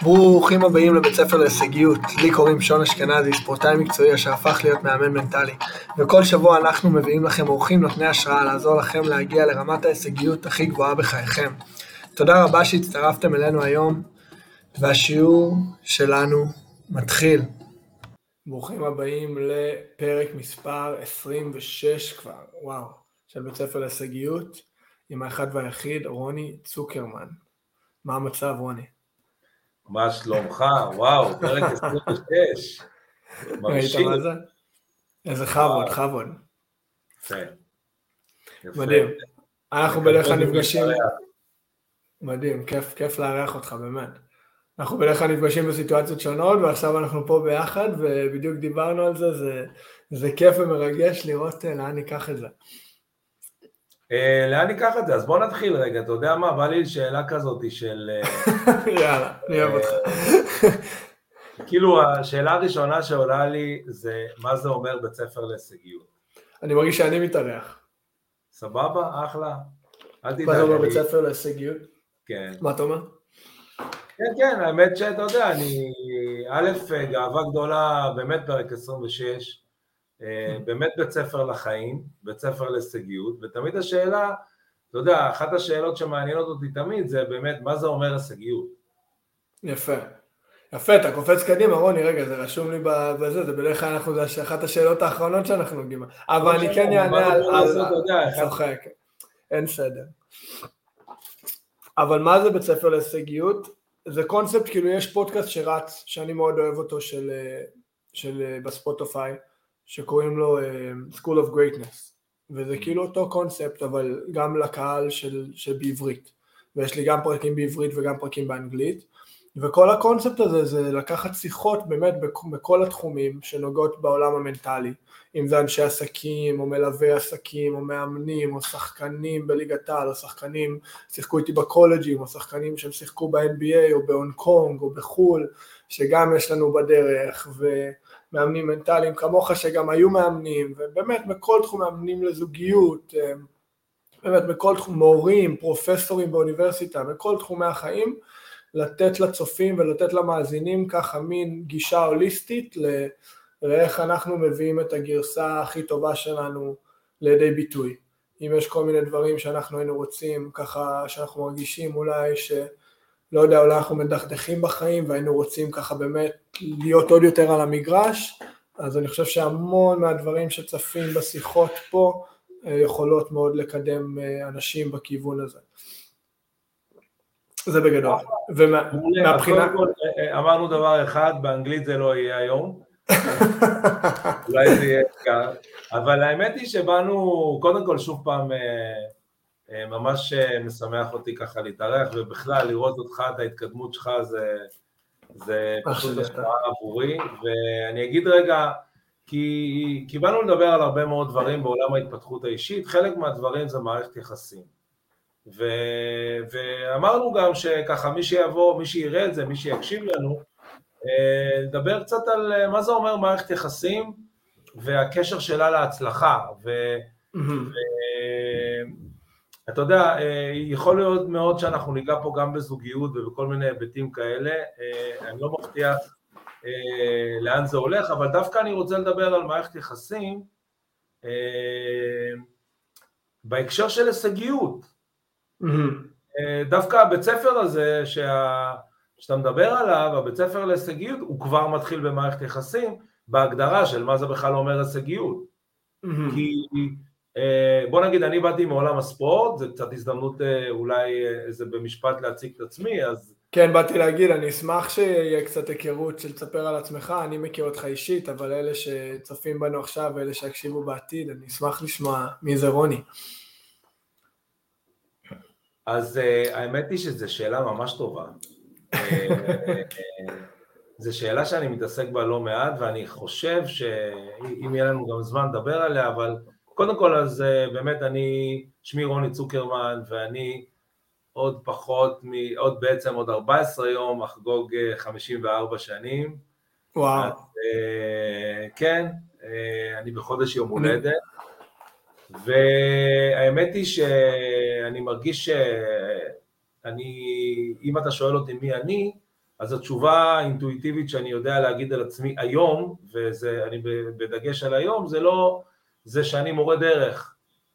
ברוכים הבאים לבית ספר להישגיות. לי קוראים שון אשכנזי, ספורטאי מקצועי אשר הפך להיות מאמן מנטלי. וכל שבוע אנחנו מביאים לכם אורחים נותני השראה לעזור לכם להגיע לרמת ההישגיות הכי גבוהה בחייכם. תודה רבה שהצטרפתם אלינו היום, והשיעור שלנו מתחיל. ברוכים הבאים לפרק מספר 26 כבר, וואו, של בית ספר להישגיות, עם האחד והיחיד רוני צוקרמן. מה המצב, רוני? מה שלומך? וואו, פרק 26. ראית מה זה? איזה חבוד, חבוד. יפה. מדהים. אנחנו בדרך כלל נפגשים... מדהים, כיף לארח אותך, באמת. אנחנו בדרך כלל נפגשים בסיטואציות שונות, ועכשיו אנחנו פה ביחד, ובדיוק דיברנו על זה, זה כיף ומרגש לראות לאן ניקח את זה. לאן ניקח את זה? אז בוא נתחיל רגע, אתה יודע מה? בא לי שאלה כזאת של... יאללה, אני אוהב אותך. כאילו, השאלה הראשונה שעולה לי זה, מה זה אומר בית ספר להישגיות? אני מרגיש שאני מתארח. סבבה? אחלה. אל תדאג. מה זה אומר בית ספר להישגיות? כן. מה אתה אומר? כן, האמת שאתה יודע, אני... א', גאווה גדולה, באמת פרק 26, באמת בית ספר לחיים, בית ספר להישגיות, ותמיד השאלה, אתה יודע, אחת השאלות שמעניינות אותי תמיד, זה באמת, מה זה אומר הישגיות? יפה. יפה, אתה קופץ קדימה, רוני, רגע, זה רשום לי בזה, זה בדרך כלל אנחנו, זה אחת השאלות האחרונות שאנחנו נוגעים. אבל אני כן יענה על... צוחק, אין סדר. אבל מה זה בית ספר להישגיות? זה קונספט, כאילו יש פודקאסט שרץ, שאני מאוד אוהב אותו של בספוטיפיי, שקוראים לו School of Greatness, וזה כאילו אותו קונספט, אבל גם לקהל שבעברית, ויש לי גם פרקים בעברית וגם פרקים באנגלית, וכל הקונספט הזה זה לקחת שיחות באמת בכל התחומים שנוגעות בעולם המנטלי, אם זה אנשי עסקים, או מלווי עסקים, או מאמנים, או שחקנים בליגת העל, או שחקנים שיחקו איתי בקולג'ים, או שחקנים שהם שיחקו ב-NBA, או בהונג קונג, או בחול, שגם יש לנו בדרך, ומאמנים מנטליים כמוך שגם היו מאמנים, ובאמת בכל תחום מאמנים לזוגיות, באמת בכל תחום מורים, פרופסורים באוניברסיטה, בכל תחומי החיים, לתת לצופים ולתת למאזינים ככה מין גישה הוליסטית לאיך אנחנו מביאים את הגרסה הכי טובה שלנו לידי ביטוי. אם יש כל מיני דברים שאנחנו היינו רוצים, ככה שאנחנו מרגישים אולי לא יודע, אולי אנחנו מדכדכים בחיים והיינו רוצים ככה באמת להיות עוד יותר על המגרש, אז אני חושב שהמון מהדברים שצפים בשיחות פה יכולות מאוד לקדם אנשים בכיוון הזה. זה בגדול. ומהבחינה... אמרנו דבר אחד, באנגלית זה לא יהיה היום. אולי זה יהיה כך. אבל האמת היא שבאנו, קודם כל שוב פעם, ממש משמח אותי ככה להתארח, ובכלל לראות אותך, את ההתקדמות שלך, זה פשוט השפעה עבורי. ואני אגיד רגע, כי באנו לדבר על הרבה מאוד דברים בעולם ההתפתחות האישית, חלק מהדברים זה מערכת יחסים. ואמרנו גם שככה מי שיבוא, מי שיראה את זה, מי שיקשיב לנו, לדבר קצת על מה זה אומר מערכת יחסים והקשר שלה להצלחה. ואתה יודע, יכול להיות מאוד שאנחנו ניגע פה גם בזוגיות ובכל מיני היבטים כאלה, אני לא מבטיח לאן זה הולך, אבל דווקא אני רוצה לדבר על מערכת יחסים בהקשר של הישגיות. דווקא הבית ספר הזה שאתה מדבר עליו, הבית ספר להישגיות, הוא כבר מתחיל במערכת יחסים, בהגדרה של מה זה בכלל אומר הישגיות. כי בוא נגיד, אני באתי מעולם הספורט, זה קצת הזדמנות אולי איזה במשפט להציג את עצמי, אז... כן, באתי להגיד, אני אשמח שיהיה קצת היכרות של תספר על עצמך, אני מכיר אותך אישית, אבל אלה שצופים בנו עכשיו ואלה שיקשיבו בעתיד, אני אשמח לשמוע מי זה רוני. אז האמת היא שזו שאלה ממש טובה. זו שאלה שאני מתעסק בה לא מעט, ואני חושב שאם יהיה לנו גם זמן לדבר עליה, אבל קודם כל, אז באמת שמי רוני צוקרמן, ואני עוד בעצם עוד 14 יום, אחגוג 54 שנים. וואו. אז, כן, אני בחודש יום הולדת. והאמת היא שאני מרגיש אם אתה שואל אותי מי אני, אז התשובה האינטואיטיבית שאני יודע להגיד על עצמי היום, ואני בדגש על היום, זה שאני מורה דרך.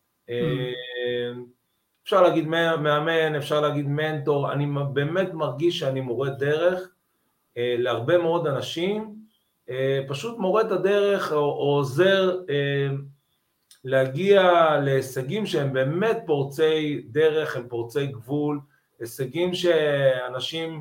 אפשר להגיד מאמן, אפשר להגיד מנטור, אני באמת מרגיש שאני מורה דרך להרבה מאוד אנשים, פשוט מורה את הדרך או עוזר להגיע להישגים שהם באמת פורצי דרך, הם פורצי גבול, הישגים שאנשים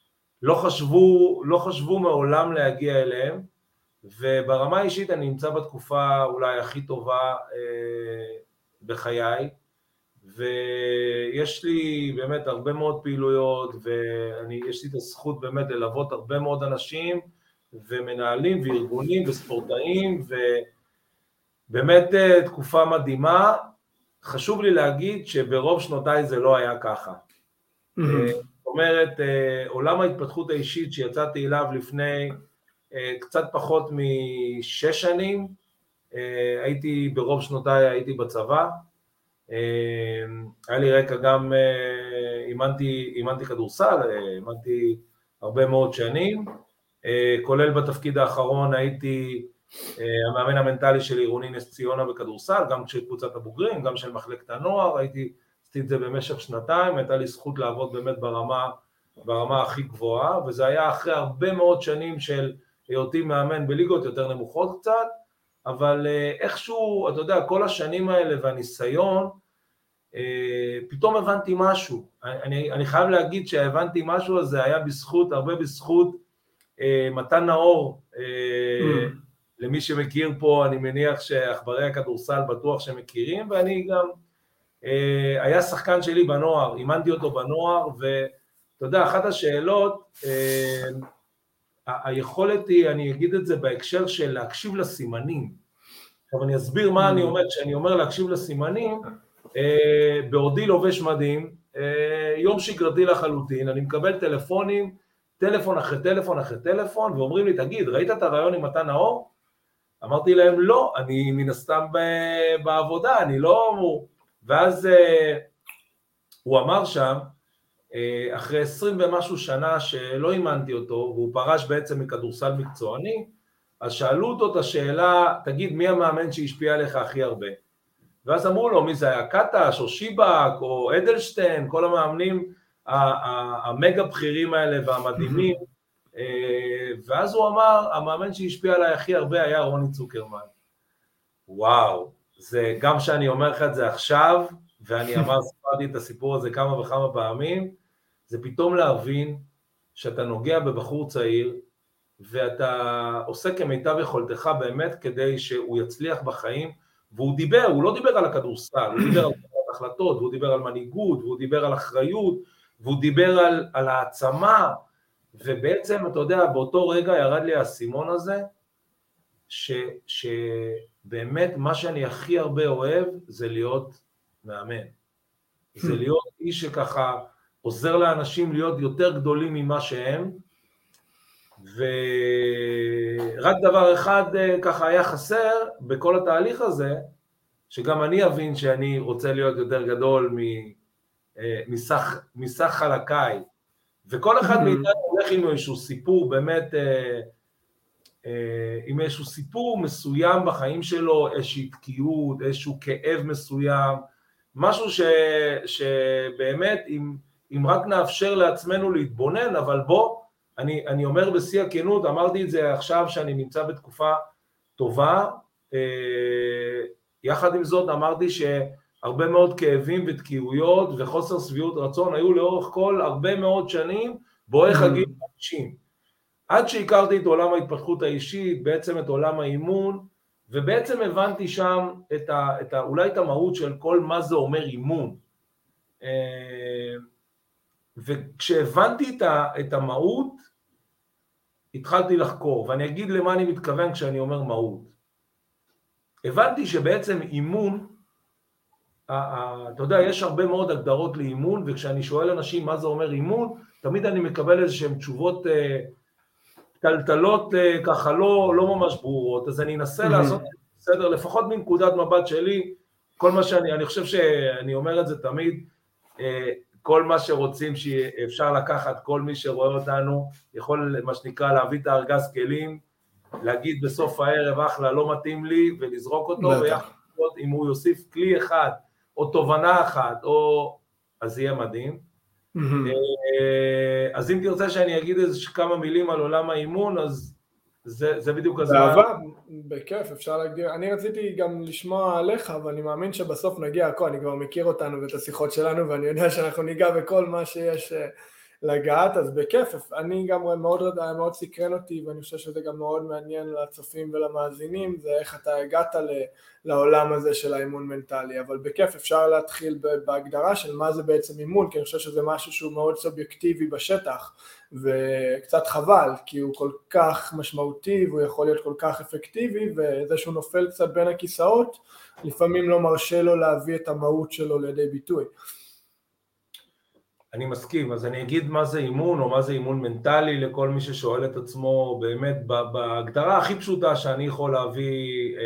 לא חשבו מעולם להגיע אליהם, וברמה האישית אני נמצא בתקופה אולי הכי טובה בחיי, ויש לי באמת הרבה מאוד פעילויות, ויש לי את הזכות באמת ללוות הרבה מאוד אנשים, ומנהלים וארגונים וספורטאים, ובאמת תקופה מדהימה. חשוב לי להגיד שברוב שנותיי זה לא היה ככה. זאת אומרת, עולם ההתפתחות האישית שיצאתי אליו לפני קצת פחות מ6 שנים, ברוב שנותיי הייתי בצבא, היה לי רקע גם, אימנתי כדורסל, אימנתי הרבה מאוד שנים, כולל בתפקיד האחרון הייתי המאמן המנטלי של עירוני נס ציונה בכדורסל, גם של קבוצת הבוגרים, גם של מחלקת הנוער, עשיתי את זה במשך 2 הייתה לי זכות לעבוד באמת ברמה הכי גבוהה, וזה היה אחרי הרבה מאוד שנים של היותי מאמן בליגות יותר נמוכות קצת, אבל איכשהו, אתה יודע, כל השנים האלה והניסיון, פתאום הבנתי משהו. אני חייב להגיד שהבנתי משהו, אז זה היה הרבה בזכות מתן נאור, למי שמכיר פה, אני מניח שאחברי הכדורסל בטוח שמכירים, ואני גם, היה שחקן שלי בנוער, אימנתי אותו בנוער, ואתה יודע, אחת השאלות, היכולת היא, אני אגיד את זה בהקשר של להקשיב לסימנים. עכשיו אני אסביר מה אני אומר, כשאני אומר להקשיב לסימנים, בעודי לובש מדים, יום שגרתי לחלוטין, אני מקבל טלפון אחרי טלפון, ואומרים לי, תגיד, ראית את הרעיון עם מתן נאור? אמרתי להם, לא, אני מן הסתם בעבודה, אני לא אמור. ואז הוא אמר שם, אחרי 20 ומשהו שנה שלא אימנתי אותו, והוא פרש בעצם מכדורסל מקצועני, אז שאלו אותו את השאלה, תגיד, מי המאמן שהשפיע עליך הכי הרבה? ואז אמרו לו, מי זה היה? קטש או שיבק או אדלשטיין, כל המאמנים המגה בכירים האלה והמדהימים, ואז הוא אמר, המאמן שהשפיע עליי הכי הרבה היה רוני צוקרמן. וואו, זה גם שאני אומר לך את זה עכשיו, ואני סיפרתי את הסיפור הזה כמה וכמה פעמים, זה פתאום להבין שאתה נוגע בבחור צעיר, ואתה עושה כמיטב יכולתך באמת כדי שהוא יצליח בחיים, והוא לא דיבר על הכדורסל, הוא דיבר על החלטות, והוא דיבר על מנהיגות, והוא דיבר על אחריות, והוא דיבר על העצמה, ובעצם אתה יודע, באותו רגע ירד לי האסימון הזה, שבאמת מה שאני הכי הרבה אוהב, זה להיות מאמן. זה להיות איש שככה עוזר לאנשים להיות יותר גדולים ממה שהם, ורק דבר אחד ככה היה חסר בכל התהליך הזה, שגם אני אבין שאני רוצה להיות יותר גדול מסך חלקיי, וכל אחד מאיתנו הולך עם איזשהו סיפור באמת, עם איזשהו סיפור מסוים בחיים שלו, איזושהי תקיעות, איזשהו כאב מסוים, משהו שבאמת אם רק נאפשר לעצמנו להתבונן, אבל בוא, אני אומר בשיא הכנות, אמרתי את זה עכשיו שאני נמצא בתקופה טובה, יחד עם זאת אמרתי שהרבה מאוד כאבים ותקיעויות וחוסר שביעות רצון היו לאורך כל הרבה מאוד שנים בואך הגיל 50. עד שהכרתי את עולם ההתפתחות האישית, בעצם את עולם האימון, ובעצם הבנתי שם אולי את המהות של כל מה זה אומר אימון. וכשהבנתי את המהות, התחלתי לחקור, ואני אגיד למה אני מתכוון כשאני אומר מהות. הבנתי שבעצם אימון, אתה יודע, יש הרבה מאוד הגדרות לאימון, וכשאני שואל אנשים מה זה אומר אימון, תמיד אני מקבל איזשהם תשובות טלטלות ככה לא ממש ברורות, אז אני אנסה לעשות בסדר, לפחות מנקודת מבט שלי, כל מה אני חושב שאני אומר את זה תמיד, כל מה שרוצים שאפשר לקחת, כל מי שרואה אותנו, יכול מה שנקרא להביא את הארגז כלים, להגיד בסוף הערב, אחלה, לא מתאים לי, ולזרוק אותו, ויחד אם הוא יוסיף כלי אחד, או תובנה אחת, אז יהיה מדהים. אז אם תרצה שאני אגיד איזה כמה מילים על עולם האימון, אז זה בדיוק הזמן. באהבה, בכיף, אפשר להגדיר. אני רציתי גם לשמוע עליך, אבל אני מאמין שבסוף נגיע הכל, אני כבר מכיר אותנו ואת השיחות שלנו, ואני יודע שאנחנו ניגע בכל מה שיש לגעת, אז בכיף. אני גם מאוד סקרן אותי, ואני חושב שזה גם מאוד מעניין לצופים ולמאזינים, זה איך אתה הגעת לעולם הזה של האימון מנטלי, אבל בכיף אפשר להתחיל בהגדרה של מה זה בעצם אימון, כי אני חושב שזה משהו שהוא מאוד סובייקטיבי בשטח, וקצת חבל, כי הוא כל כך משמעותי, והוא יכול להיות כל כך אפקטיבי, וזה שהוא נופל קצת בין הכיסאות, לפעמים לא מרשה לו להביא את המהות שלו לידי ביטוי. אני מסכים, אז אני אגיד מה זה אימון, או מה זה אימון מנטלי, לכל מי ששואל את עצמו, באמת, בהגדרה הכי פשוטה שאני יכול להביא,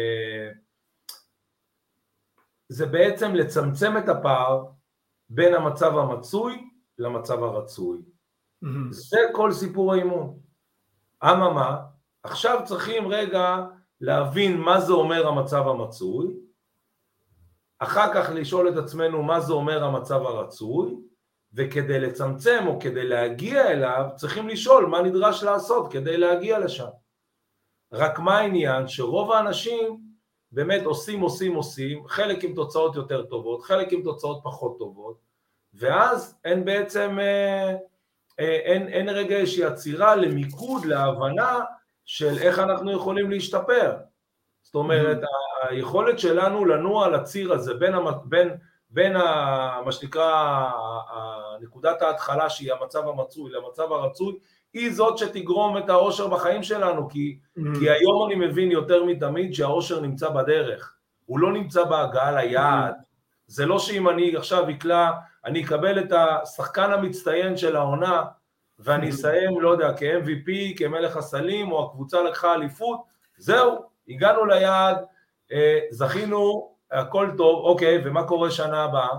זה בעצם לצמצם את הפער בין המצב המצוי למצב הרצוי. זה כל סיפור האימון. אממה, עכשיו צריכים רגע להבין מה זה אומר המצב המצוי, אחר כך לשאול את עצמנו מה זה אומר המצב הרצוי, וכדי לצמצם או כדי להגיע אליו, צריכים לשאול מה נדרש לעשות כדי להגיע לשם. רק מה העניין? שרוב האנשים באמת עושים, חלק עם תוצאות יותר טובות, חלק עם תוצאות פחות טובות, ואז אין בעצם, אין רגע איזושהי עצירה למיקוד, להבנה של איך אנחנו יכולים להשתפר. זאת אומרת, היכולת שלנו לנוע על הציר הזה, בין מה שנקרא נקודת ההתחלה שהיא המצב המצוי למצב הרצוי, היא זאת שתגרום את האושר בחיים שלנו, כי היום אני מבין יותר מתמיד שהאושר נמצא בדרך, הוא לא נמצא בהגעה ליעד. זה לא שאם אני עכשיו אני אקבל את השחקן המצטיין של העונה, ואני אסיים, לא יודע, כ-MVP, כמלך הסלים, או הקבוצה לקחה אליפות, זהו, הגענו ליעד, זכינו, הכל טוב, אוקיי, ומה קורה שנה הבאה?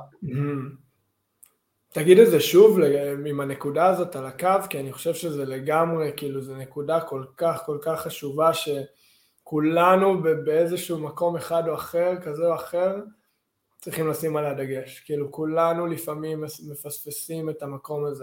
תגיד את זה שוב עם הנקודה הזאת על הקו, כי אני חושב שזה לגמרי, כאילו זו נקודה כל כך חשובה, שכולנו באיזשהו מקום אחד או אחר, כזה או אחר, צריכים לשים עליה דגש. כאילו כולנו לפעמים מפספסים את המקום הזה.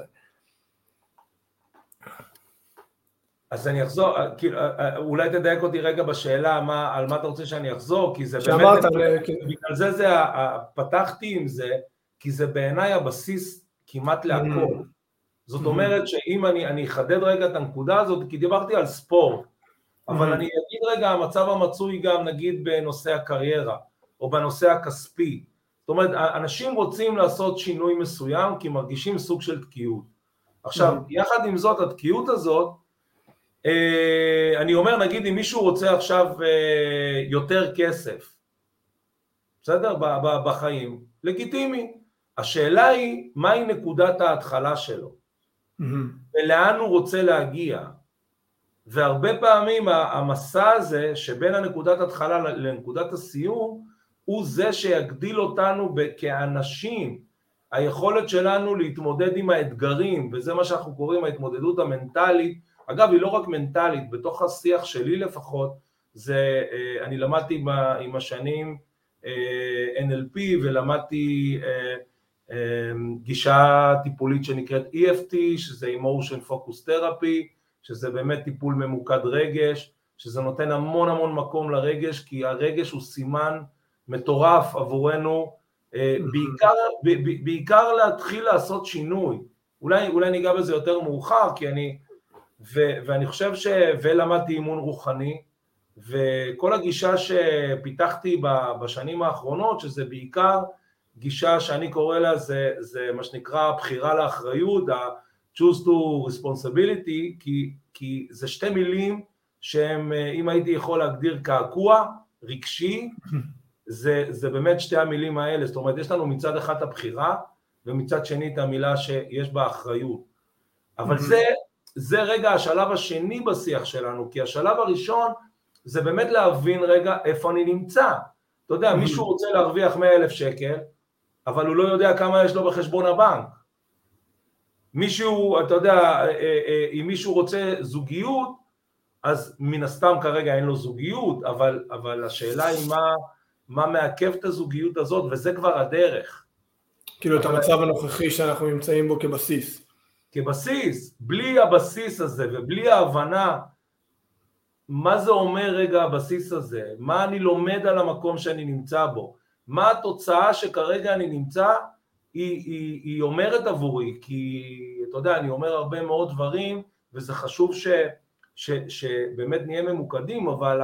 אז אני אחזור, כאילו, אולי תדייק אותי רגע בשאלה על מה אתה רוצה שאני אחזור, כי זה באמת, בגלל זה פתחתי עם זה, כי זה בעיניי הבסיס כמעט להכל. זאת אומרת שאם אני אחדד רגע את הנקודה הזאת, כי דיברתי על ספורט, אבל אני אגיד רגע, המצב המצוי גם נגיד בנושא הקריירה, או בנושא הכספי. זאת אומרת, אנשים רוצים לעשות שינוי מסוים, כי מרגישים סוג של תקיעות. עכשיו, יחד עם זאת, התקיעות הזאת, אני אומר, נגיד, אם מישהו רוצה עכשיו יותר כסף, בסדר? בחיים, לגיטימי. השאלה היא, מהי נקודת ההתחלה שלו? ולאן הוא רוצה להגיע? והרבה פעמים המסע הזה, שבין הנקודת ההתחלה לנקודת הסיום, הוא זה שיגדיל אותנו כאנשים. היכולת שלנו להתמודד עם האתגרים, וזה מה שאנחנו קוראים ההתמודדות המנטלית. אגב, היא לא רק מנטלית, בתוך השיח שלי לפחות, אני למדתי עם השנים NLP, ולמדתי גישה טיפולית שנקראת EFT, שזה Emotion Focus Therapy, שזה באמת טיפול ממוקד רגש, שזה נותן המון מקום לרגש, כי הרגש הוא סימן מטורף עבורנו, בעיקר להתחיל לעשות שינוי. אולי ניגע בזה יותר מאוחר, כי ואני חושב ולמדתי אימון רוחני, וכל הגישה שפיתחתי בשנים האחרונות, שזה בעיקר גישה שאני קורא לה, זה מה שנקרא בחירה לאחריות, choose to responsibility, כי זה שתי מילים שהם, אם הייתי יכול להגדיר קעקוע, רגשי, זה באמת שתי המילים האלה. זאת אומרת, יש לנו מצד אחד הבחירה, ומצד שני את המילה שיש בה אחריות. אבל זה רגע השלב השני בשיח שלנו, כי השלב הראשון זה באמת להבין רגע איפה אני נמצא. אתה יודע, מישהו רוצה להרוויח 100,000 שקל, אבל הוא לא יודע כמה יש לו בחשבון הבנק. מישהו, אתה יודע, אם מישהו רוצה זוגיות, אז מן הסתם כרגע אין לו זוגיות, אבל השאלה היא מה מעכב את הזוגיות הזאת, וזה כבר הדרך. כאילו את המצב הנוכחי שאנחנו נמצאים בו כבסיס. כבסיס, בלי הבסיס הזה ובלי ההבנה, מה זה אומר רגע הבסיס הזה? מה אני לומד על המקום שאני נמצא בו? מה התוצאה שכרגע אני נמצא? היא אומרת עבורי, כי אתה יודע, אני אומר הרבה מאוד דברים, וזה חשוב שבאמת נהיה ממוקדים, אבל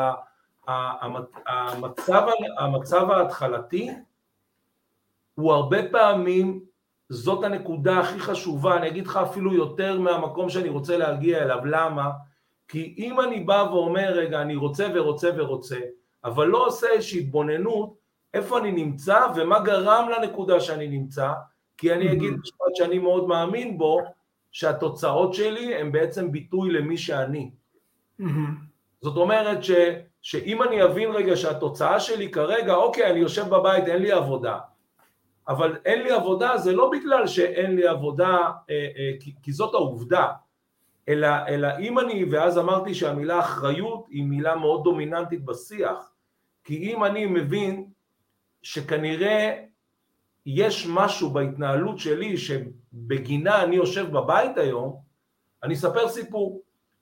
המצב ההתחלתי, הוא הרבה פעמים, זאת הנקודה הכי חשובה, אני אגיד לך אפילו יותר מהמקום שאני רוצה להגיע אליו, למה? כי אם אני בא ואומר, רגע, אני רוצה ורוצה ורוצה, אבל לא עושה איזושהי התבוננות, איפה אני נמצא ומה גרם לנקודה שאני נמצא, כי אני אגיד משפט שאני מאוד מאמין בו, שהתוצאות שלי הן בעצם ביטוי למי שאני. זאת אומרת שאם אני אבין רגע שהתוצאה שלי כרגע, אוקיי, אני יושב בבית, אין לי עבודה, אבל אין לי עבודה, זה לא בגלל שאין לי עבודה, כי זאת העובדה, אלא אם אני, ואז אמרתי שהמילה אחריות היא מילה מאוד דומיננטית בשיח, כי אם אני מבין שכנראה יש משהו בהתנהלות שלי שבגינה אני יושב בבית היום, אני אספר סיפור.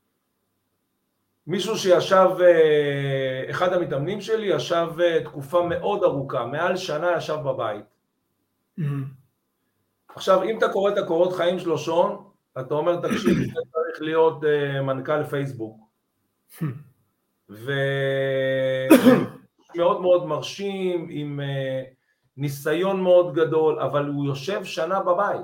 מישהו שישב, אחד המתאמנים שלי ישב תקופה מאוד ארוכה, מעל שנה ישב בבית. עכשיו, אם אתה קורא את הקורות חיים שלו, שון, אתה אומר, תקשיב, זה צריך להיות מנכ"ל פייסבוק. ומאוד מאוד מרשים, עם ניסיון מאוד גדול, אבל הוא יושב שנה בבית.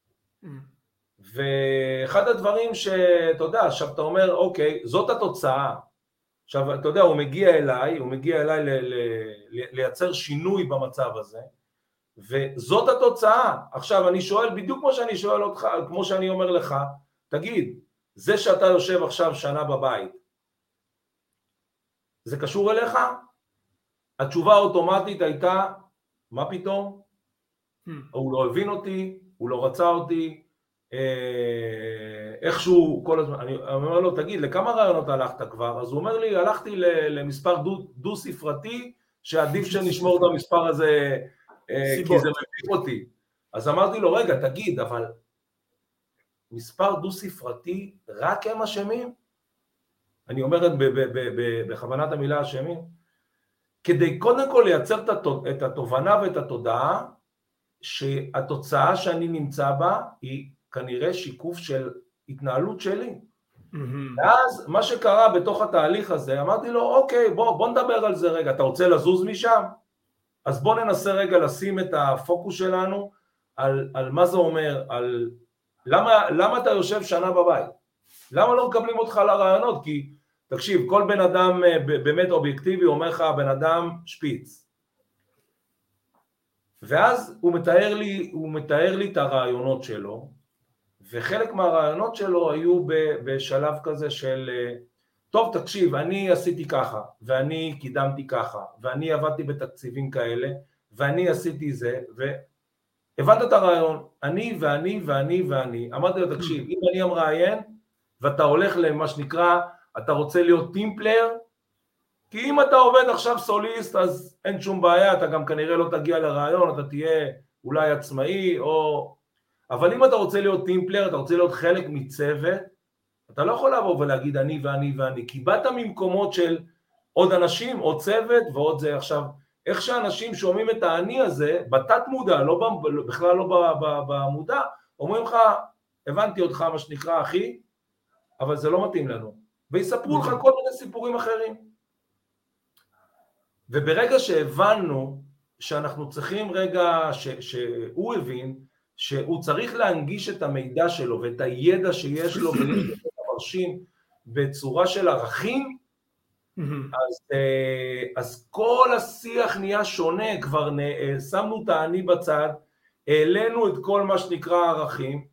ואחד הדברים שאתה יודע, עכשיו אתה אומר, אוקיי, זאת התוצאה. עכשיו, אתה יודע, הוא מגיע אליי לייצר שינוי במצב הזה, וזאת התוצאה. עכשיו, אני שואל, בדיוק כמו שאני שואל אותך, כמו שאני אומר לך, תגיד, זה שאתה יושב עכשיו שנה בבית, זה קשור אליך? התשובה האוטומטית הייתה, מה פתאום? הוא לא הבין אותי, הוא לא רצה אותי, איכשהו כל הזמן, אני אומר לו, תגיד, לכמה רעיונות הלכת כבר? אז הוא אומר לי, הלכתי למספר דו ספרתי, שעדיף שנשמור את המספר הזה, כי זה מביך אותי. אז אמרתי לו, רגע, תגיד, אבל מספר דו ספרתי, רק הם אשמים? אני אומרת בכוונת המילה אשמים, כדי קודם כל לייצר את התובנה ואת התודעה, שהתוצאה שאני נמצא בה, היא כנראה שיקוף של התנהלות שלי. ואז מה שקרה בתוך התהליך הזה, אמרתי לו, אוקיי, בוא נדבר על זה רגע, אתה רוצה לזוז משם? אז בוא ננסה רגע לשים את הפוקוס שלנו על מה זה אומר, על למה אתה יושב שנה בבית? למה לא מקבלים אותך לרעיונות? כי תקשיב, כל בן אדם באמת אובייקטיבי אומר לך, בן אדם שפיץ. ואז הוא מתאר לי את הרעיונות שלו, וחלק מהרעיונות שלו היו בשלב כזה של, טוב תקשיב, אני עשיתי ככה, ואני קידמתי ככה, ואני עבדתי בתקציבים כאלה, ואני עשיתי זה, והבנת את הרעיון, אני ואני ואני ואני, אמרתי לו תקשיב, אם אני המראיין, ואתה הולך למה שנקרא, אתה רוצה להיות טים פלייר, כי אם אתה עובד עכשיו סוליסט, אז אין שום בעיה, אתה גם כנראה לא תגיע לרעיון, אתה תהיה אולי עצמאי, אבל אם אתה רוצה להיות טים פלייר, אתה רוצה להיות חלק מצוות, אתה לא יכול לבוא ולהגיד אני ואני ואני, כי באת ממקומות של עוד אנשים, עוד צוות ועוד זה. עכשיו, איך שאנשים שומעים את האני הזה, בתת מודע, בכלל לא במודע, אומרים לך, הבנתי אותך מה שנקרא אחי, אבל זה לא מתאים לנו, ויספרו לך כל מיני סיפורים אחרים. וברגע שהבנו שאנחנו צריכים רגע, שהוא הבין, שהוא צריך להנגיש את המידע שלו ואת הידע שיש לו ולמרשים בצורה של ערכים, אז כל השיח נהיה שונה, כבר שמנו את האני בצד, העלינו את כל מה שנקרא ערכים,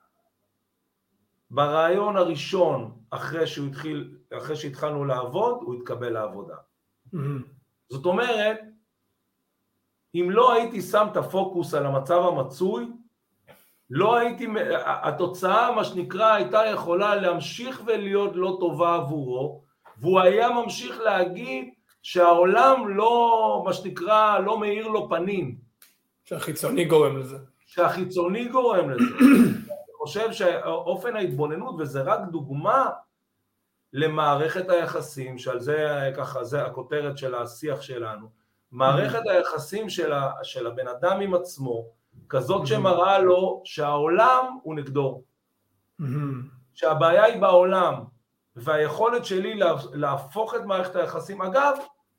ברעיון הראשון, אחרי שהתחלנו לעבוד, הוא התקבל לעבודה. זאת אומרת, אם לא הייתי שם את הפוקוס על המצב המצוי, לא הייתי, התוצאה, מה שנקרא, הייתה יכולה להמשיך ולהיות לא טובה עבורו, והוא היה ממשיך להגיד שהעולם לא, מה שנקרא, לא מאיר לו פנים. שהחיצוני גורם לזה. שהחיצוני גורם לזה. אני חושב שאופן ההתבוננות, וזה רק דוגמה למערכת היחסים, שעל זה ככה, זה הכותרת של השיח שלנו, מערכת היחסים של הבן אדם עם עצמו, כזאת שמראה לו שהעולם הוא נגדו, שהבעיה היא בעולם, והיכולת שלי להפוך את מערכת היחסים, אגב,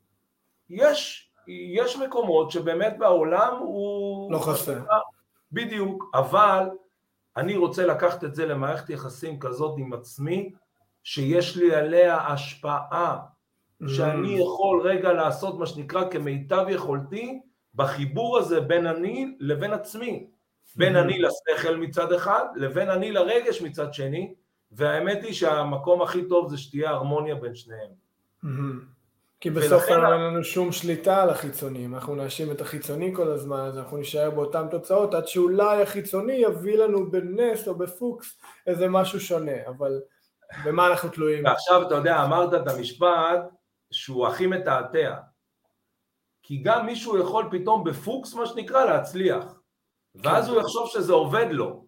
יש מקומות שבאמת בעולם הוא... לא חסר. בדיוק, אבל אני רוצה לקחת את זה למערכת יחסים כזאת עם עצמי, שיש לי עליה השפעה, שאני יכול רגע לעשות מה שנקרא כמיטב יכולתי, בחיבור הזה בין אני לבין עצמי, בין אני לשכל מצד אחד, לבין אני לרגש מצד שני, והאמת היא שהמקום הכי טוב זה שתהיה הרמוניה בין שניהם. כי בסוף אין לנו שום שליטה על החיצונים, אנחנו נאשים את החיצוני כל הזמן, אז אנחנו נשאר באותן תוצאות, עד שאולי החיצוני יביא לנו בנס או בפוקס איזה משהו שונה, אבל במה אנחנו תלויים? ועכשיו אתה יודע, אמרת את המשפט שהוא הכי מתעתע, כי גם מישהו יכול פתאום בפוקס מה שנקרא להצליח, ואז הוא יחשוב שזה עובד לו,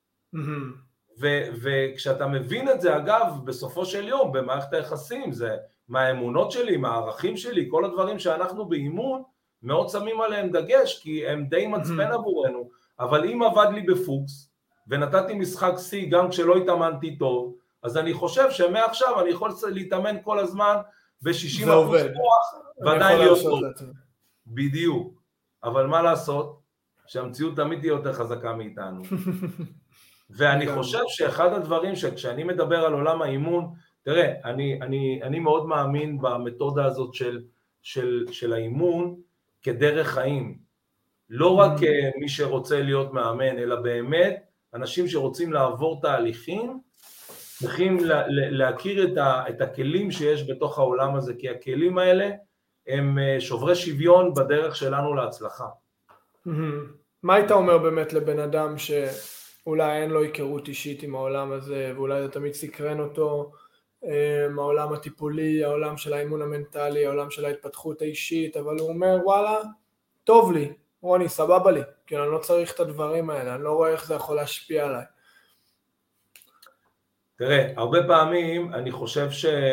וכשאתה מבין את זה אגב בסופו של יום במערכת היחסים, זה מהאמונות שלי, מהערכים שלי, כל הדברים שאנחנו באימון מאוד שמים עליהם דגש, כי הם די מצפן עבורנו, אבל אם עבד לי בפוקס ונתתי משחק C גם כשלא התאמנתי טוב, אז אני חושב שמעכשיו אני יכול להתאמן כל הזמן ב-60% כוח ועדיין להיות טוב. בדיוק. אבל מה לעשות? שהמציאות תמיד תהיה יותר חזקה מאיתנו. ואני חושב שאחד הדברים שכשאני מדבר על עולם האימון, תראה, אני מאוד מאמין במתודה הזאת של האימון כדרך חיים. לא רק מי שרוצה להיות מאמן, אלא באמת אנשים שרוצים לעבור תהליכים, צריכים להכיר את הכלים שיש בתוך העולם הזה, כי הכלים האלה הם שוברי שוויון בדרך שלנו להצלחה. מה היית אומר באמת לבן אדם שאולי אין לו היכרות אישית עם העולם הזה, ואולי זה תמיד סקרן אותו, העולם הטיפולי, העולם של האימון המנטלי, העולם של ההתפתחות האישית, אבל הוא אומר, וואלה, טוב לי, רוני, סבבה לי, כי אני לא צריך את הדברים האלה, אני לא רואה איך זה יכול להשפיע עליי. תראה, הרבה פעמים אני חושב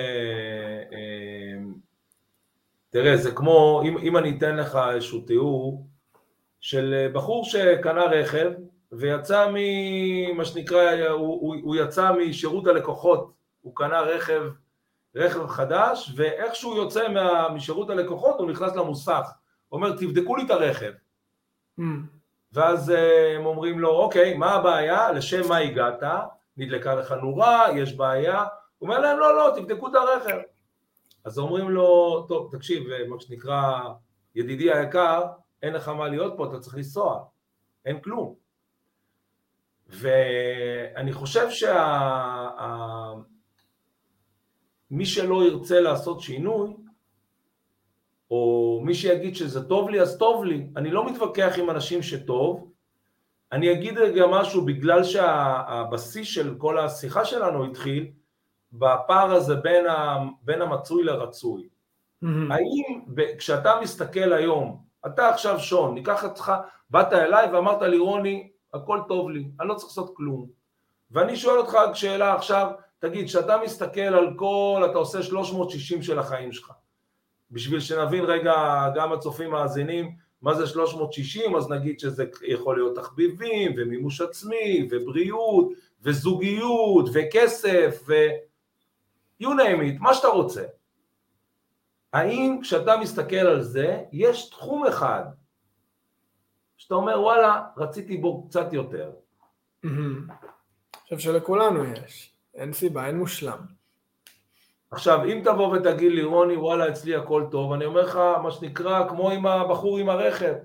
תראה, זה כמו, אם אני אתן לך איזשהו תיאור, של בחור שקנה רכב, ויצא מה שנקרא, הוא יצא משירות הלקוחות, הוא קנה רכב חדש, ואיך שהוא יוצא משירות הלקוחות, הוא נכנס למוסך, הוא אומר, תבדקו לי את הרכב. ואז הם אומרים לו, אוקיי, מה הבעיה? לשם מה הגעת? נדלקה לך נורה, יש בעיה? הוא אומר להם, לא, תבדקו את הרכב. אז אומרים לו, טוב, תקשיב, מה שנקרא, ידידי היקר, אין לך מה להיות פה, אתה צריך לנסוע, אין כלום. ואני חושב מי שלא ירצה לעשות שינוי, או מי שיגיד שזה טוב לי, אז טוב לי. אני לא מתווכח עם אנשים שטוב, אני אגיד גם משהו, בגלל שהבסיס של כל השיחה שלנו התחיל, בפער הזה בין המצוי לרצוי. האם כשאתה מסתכל היום, אתה עכשיו שון, ניקח אותך, באת אליי ואמרת לי, רוני, הכל טוב לי, אני לא צריך לעשות כלום. ואני שואל אותך שאלה עכשיו, תגיד, שאתה מסתכל על כל, אתה עושה 360 של החיים שלך. בשביל שנבין רגע, גם הצופים מאזינים, מה זה 360, אז נגיד שזה יכול להיות תחביבים, ומימוש עצמי, ובריאות, וזוגיות, וכסף, you name it, מה שאתה רוצה. האם כשאתה מסתכל על זה, יש תחום אחד, שאתה אומר, וואלה, רציתי בו קצת יותר. אני חושב שלכולנו יש, אין סיבה, אין מושלם. עכשיו, אם תבוא ותגיד לי, רוני, וואלה, אצלי הכל טוב, אני אומר לך, מה שנקרא, כמו עם הבחור עם הרכב,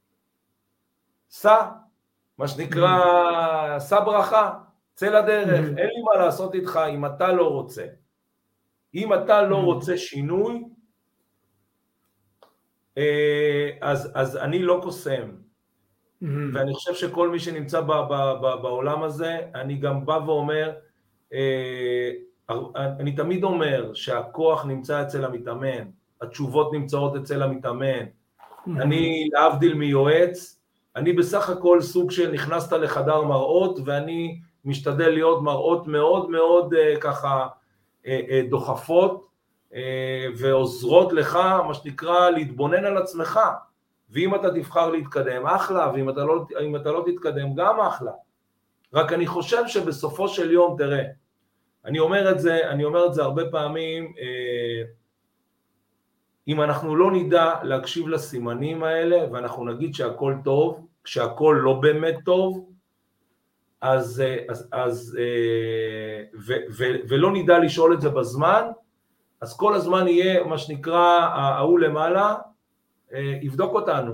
סע, מה שנקרא, סע ברכה, צא לדרך, אין לי מה לעשות איתך אם אתה לא רוצה. אם אתה לא רוצה שינוי, אז אני לא קוסם. ואני חושב שכל מי שנמצא בעולם הזה, אני גם בא ואומר, אני תמיד אומר שהכוח נמצא אצל המתאמן, התשובות נמצאות אצל המתאמן, אני להבדיל מיועץ, אני בסך הכל סוג שנכנסת לחדר מראות, ואני משתדל להיות מראות מאוד מאוד ככה דוחפות, ועוזרות לך, מה שנקרא, להתבונן על עצמך, ואם אתה תבחר להתקדם, אחלה, ואם אתה לא תתקדם, גם אחלה. רק אני חושב שבסופו של יום, תראה, אני אומר את זה הרבה פעמים, אם אנחנו לא נדע להקשיב לסימנים האלה, ואנחנו נגיד שהכל טוב, כשהכל לא באמת טוב, ולא נדע לשאול את זה בזמן, אז כל הזמן יהיה מה שנקרא, ההוא למעלה, יבדוק אותנו.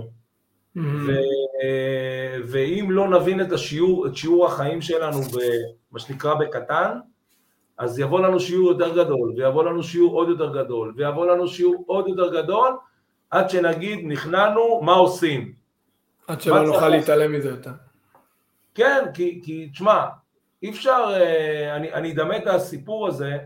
ואם לא נבין את שיעור החיים שלנו, מה שנקרא בקטן, אז יבוא לנו שיעור יותר גדול, ויבוא לנו שיעור עוד יותר גדול, ויבוא לנו שיעור עוד יותר גדול, עד שנגיד, נכנענו, מה עושים? עד שלא נוכל להתעלם מזה יותר. כן, כי תשמע, אי אפשר, אני אדמה את הסיפור הזה,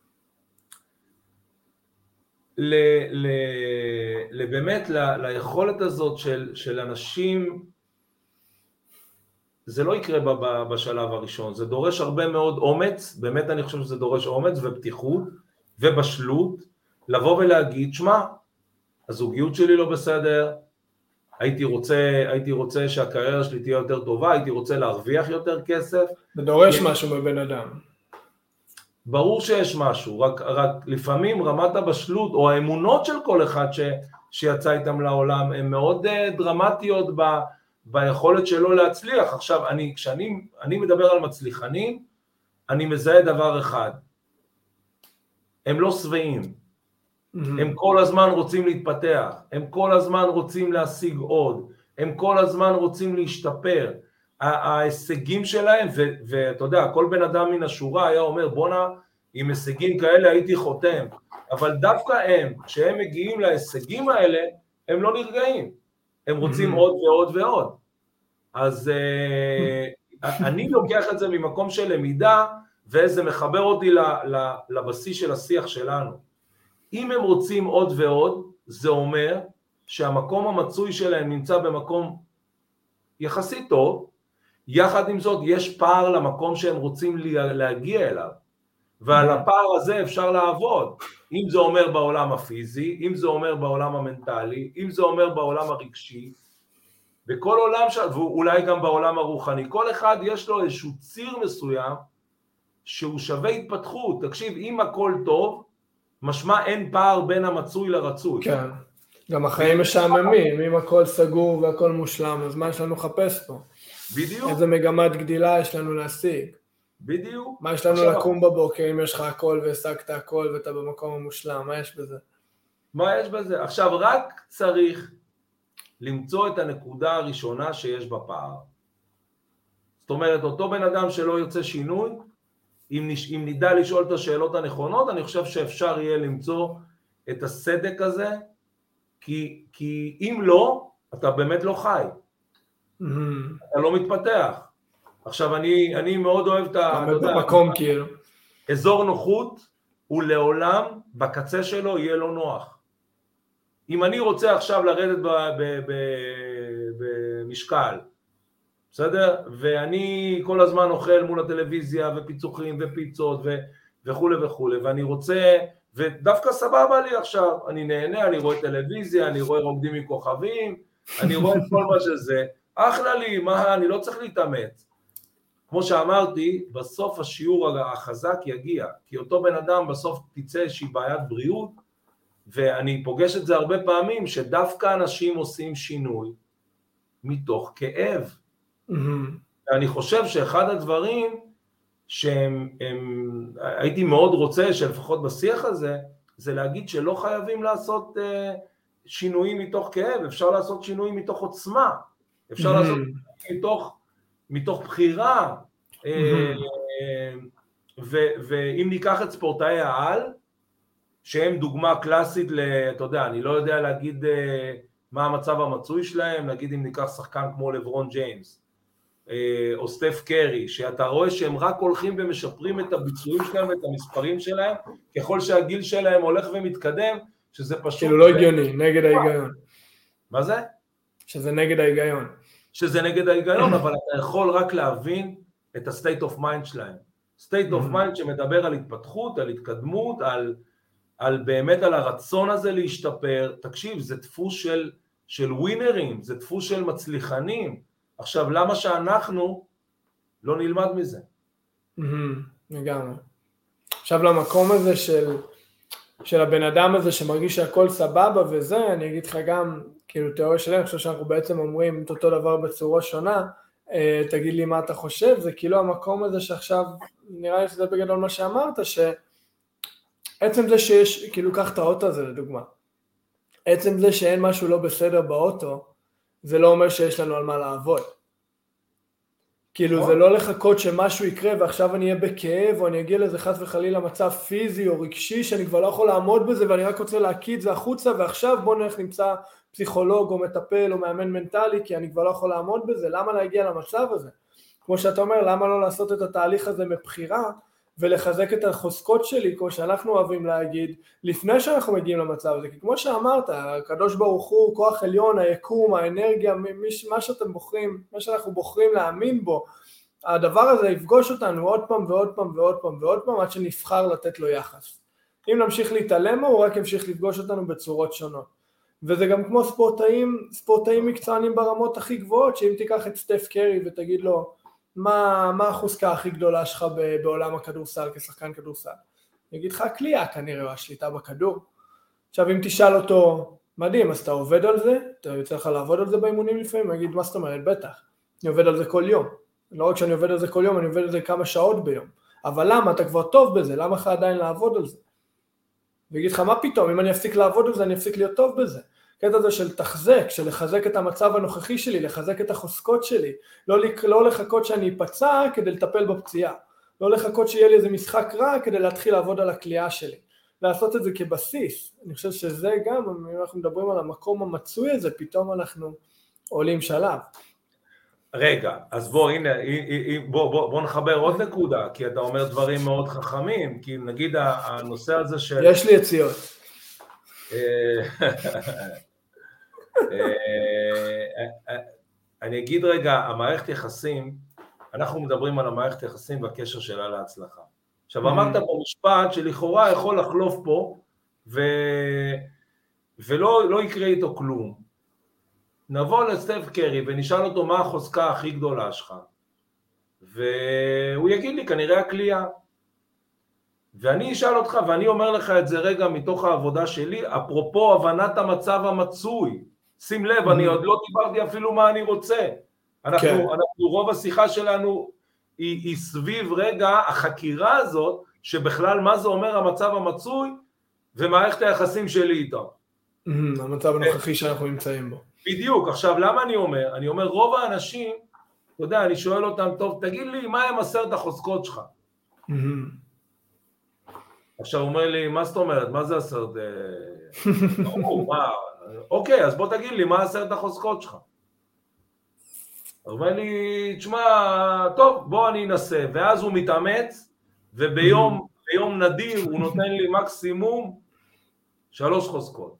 באמת ליכולת הזאת של אנשים, זה לא יקרה בשלב הראשון, זה דורש הרבה מאוד אומץ, באמת אני חושב שזה דורש אומץ ופתיחות ובשלות, לבוא ולהגיד, שמה, הזוגיות שלי לא בסדר, הייתי רוצה שהקריירה שלי תהיה יותר טובה, הייתי רוצה להרוויח יותר כסף. זה דורש משהו מבן אדם. ברור שיש משהו, רק לפעמים רמת הבשלות או האמונות של כל אחד שיצא איתם לעולם, הן מאוד דרמטיות ביכולת שלו להצליח. עכשיו, כשאני מדבר על מצליחנים, אני מזהה דבר אחד, הם לא שבעים, הם כל הזמן רוצים להתפתח, הם כל הזמן רוצים להשיג עוד, הם כל הזמן רוצים להשתפר, ההישגים שלהם, ואתה יודע, כל בן אדם מן השורה היה אומר, בונה, עם הישגים כאלה הייתי חותם, אבל דווקא הם, כשהם מגיעים להישגים האלה, הם לא נרגעים, הם רוצים עוד ועוד ועוד. אז אני לוקח את זה ממקום של למידה, וזה מחבר אותי לבסיס של השיח שלנו. אם הם רוצים עוד ועוד, זה אומר שהמקום המצוי שלהם נמצא במקום יחסית טוב, יחד עם זאת יש פער למקום שהם רוצים להגיע אליו, ועל הפער הזה אפשר לעבוד, אם זה אומר בעולם הפיזי, אם זה אומר בעולם המנטלי, אם זה אומר בעולם הרגשי, בכל עולם, ואולי גם בעולם הרוחני, כל אחד יש לו איזשהו ציר מסוים, שהוא שווה התפתחות. תקשיב, אם הכל טוב, משמע אין פער בין המצוי לרצוי. כן, גם החיים משעממים, אם הכל סגור והכל מושלם, אז מה יש לנו לחפש פה? בדיוק. איזה מגמת גדילה יש לנו להשיג? בדיוק. מה יש לנו לקום בבוקר אם יש לך הכל והשגת הכל ואתה במקום המושלם? מה יש בזה? מה יש בזה? עכשיו רק צריך למצוא את הנקודה הראשונה שיש בפער. זאת אומרת, אותו בן אדם שלא יוצא שינוי, אם נדע לשאול את השאלות הנכונות, אני חושב שאפשר יהיה למצוא את הסדק הזה, כי אם לא, אתה באמת לא חי. אתה לא מתפתח. עכשיו, אני מאוד אוהב את המקום כאילו. אזור נוחות, הוא לעולם, בקצה שלו יהיה לו נוח. אם אני רוצה עכשיו לרדת במשקל, בסדר? ואני כל הזמן אוכל מול הטלוויזיה ופיצוחים ופיצות וכו' וכו', ואני רוצה, ודווקא סבבה לי עכשיו, אני נהנה, אני רואה טלוויזיה, אני רואה רוקדים עם כוכבים, אני רואה את כל מה שזה, אחלה לי, מה, אני לא צריך להתאמץ. כמו שאמרתי, בסוף השיעור החזק יגיע, כי אותו בן אדם בסוף תצא איזושהי בעיית בריאות, ואני פוגש את זה הרבה פעמים, שדווקא אנשים עושים שינוי מתוך כאב. ואני חושב שאחד הדברים הייתי מאוד רוצה שלפחות בשיח הזה, זה להגיד שלא חייבים לעשות שינויים מתוך כאב, אפשר לעשות שינויים מתוך עוצמה, אפשר לעשות מתוך בחירה, ואם ניקח את ספורטאי העל, שהם דוגמה קלאסית, אתה יודע, אני לא יודע להגיד מה המצב המצוי שלהם, נגיד אם ניקח שחקן כמו לברון ג'יימס, או סטף קרי, שאתה רואה שהם רק הולכים ומשפרים את הביצועים שלהם ואת המספרים שלהם, ככל שהגיל שלהם הולך ומתקדם, שזה פשוט... כאילו לא הגיוני, נגד ההיגיון. מה זה? שזה נגד ההיגיון. שזה נגד ההיגיון, אבל אתה יכול רק להבין את ה-state of mind שלהם. state of mind שמדבר על התפתחות, על התקדמות, על באמת על הרצון הזה להשתפר. תקשיב, זה דפוס של ווינרים, זה דפוס של מצליחנים. עכשיו, למה שאנחנו לא נלמד מזה? לגמרי. עכשיו, למקום הזה של הבן אדם הזה שמרגיש שהכל סבבה וזה, אני אגיד לך גם, כאילו תיאוריה שלהם, אני חושב שאנחנו בעצם אומרים את אותו דבר בצורה שונה, תגיד לי מה אתה חושב, זה כאילו המקום הזה שעכשיו, נראה לי שזה בגדול מה שאמרת, שעצם זה שיש, כאילו קח את האוטו הזה לדוגמה, עצם זה שאין משהו לא בסדר באוטו, זה לא אומר שיש לנו על מה לעבוד. כאילו זה לא לחכות שמשהו יקרה ועכשיו אני אהיה בכאב או אני אגיע לזה חס וחלילה מצב פיזי או רגשי שאני כבר לא יכול לעמוד בזה ואני רק רוצה להקיד זה החוצה ועכשיו בוא נלך נמצא פסיכולוג או מטפל או מאמן מנטלי כי אני כבר לא יכול לעמוד בזה, למה להגיע למצב הזה? כמו שאתה אומר, למה לא לעשות את התהליך הזה מבחירה ולחזק את החוזקות שלי, כמו שאנחנו אוהבים להגיד, לפני שאנחנו מגיעים למצב הזה, כי כמו שאמרת, הקדוש ברוך הוא, כוח עליון, היקום, האנרגיה, מה שאתם בוחרים, מה שאנחנו בוחרים להאמין בו, הדבר הזה יפגוש אותנו עוד פעם ועוד פעם ועוד פעם ועוד פעם, עד שנבחר לתת לו יחס. אם נמשיך להתעלם, הוא רק ימשיך לפגוש אותנו בצורות שונות. וזה גם כמו ספורטאים מקצוענים ברמות הכי גבוהות, שאם תיקח את סטף קרי ותגיד לו, מה החוזקה הכי גדולה שלך בעולם הכדורסל כשחקן כדורסל? אני אגיד לך הקליעה כנראה, או השליטה בכדור. עכשיו אם תשאל אותו, מדהים, אז אתה עובד על זה? אתה יוצא לך לעבוד על זה באימונים לפעמים? אני אגיד, מה זאת אומרת? בטח. אני עובד על זה כל יום. לא רק שאני עובד על זה כל יום, אני עובד על זה כמה שעות ביום. אבל למה? אתה כבר טוב בזה, למה לך עדיין לעבוד על זה? ואגיד לך, מה פתאום? אם אני אפסיק לעבוד על זה, אני אפסיק להיות טוב בזה. קטע הזה של תחזק, של לחזק את המצב הנוכחי שלי, לחזק את החוזקות שלי, לא לחכות שאני אפצע כדי לטפל בפציעה, לא לחכות שיהיה לי איזה משחק רע כדי להתחיל לעבוד על הקליעה שלי, לעשות את זה כבסיס. אני חושב שזה גם, אם אנחנו מדברים על המקום המצוי הזה, פתאום אנחנו עולים שלב. רגע, אז בוא נחבר עוד נקודה, כי אתה אומר דברים מאוד חכמים, כי נגיד הנושא הזה של... יש לי יציאות. אני אגיד רגע, המערכת יחסים, אנחנו מדברים על המערכת יחסים והקשר שלה להצלחה. עכשיו אמרת פה משפט שלכאורה יכול לחלוף פה ולא יקרה איתו כלום. נבוא לסטף קרי ונשאל אותו מה החוזקה הכי גדולה שלך, והוא יגיד לי כנראה הקליעה. ואני אשאל אותך, ואני אומר לך את זה רגע מתוך העבודה שלי, אפרופו הבנת המצב המצוי. שים לב, אני עוד לא דיברתי אפילו מה אני רוצה. אנחנו רוב השיחה שלנו היא סביב רגע החקירה הזאת, שבכלל מה זה אומר המצב המצוי, ומערכת היחסים שלי איתו. המצב הנוכחי שאנחנו נמצאים בו. בדיוק, עכשיו למה אני אומר? אני אומר רוב האנשים, אתה יודע, אני שואל אותם, טוב, תגיד לי, מה הם 10 החוזקות שלך? עכשיו הוא אומר לי, מה זאת אומרת? מה זה 10? אוקיי, אז בוא תגיד לי, מה 10 החוזקות שלך? הוא אומר לי, תשמע, טוב, בוא אני אנסה, ואז הוא מתאמץ, וביום נדיר הוא נותן לי מקסימום 3 חוזקות.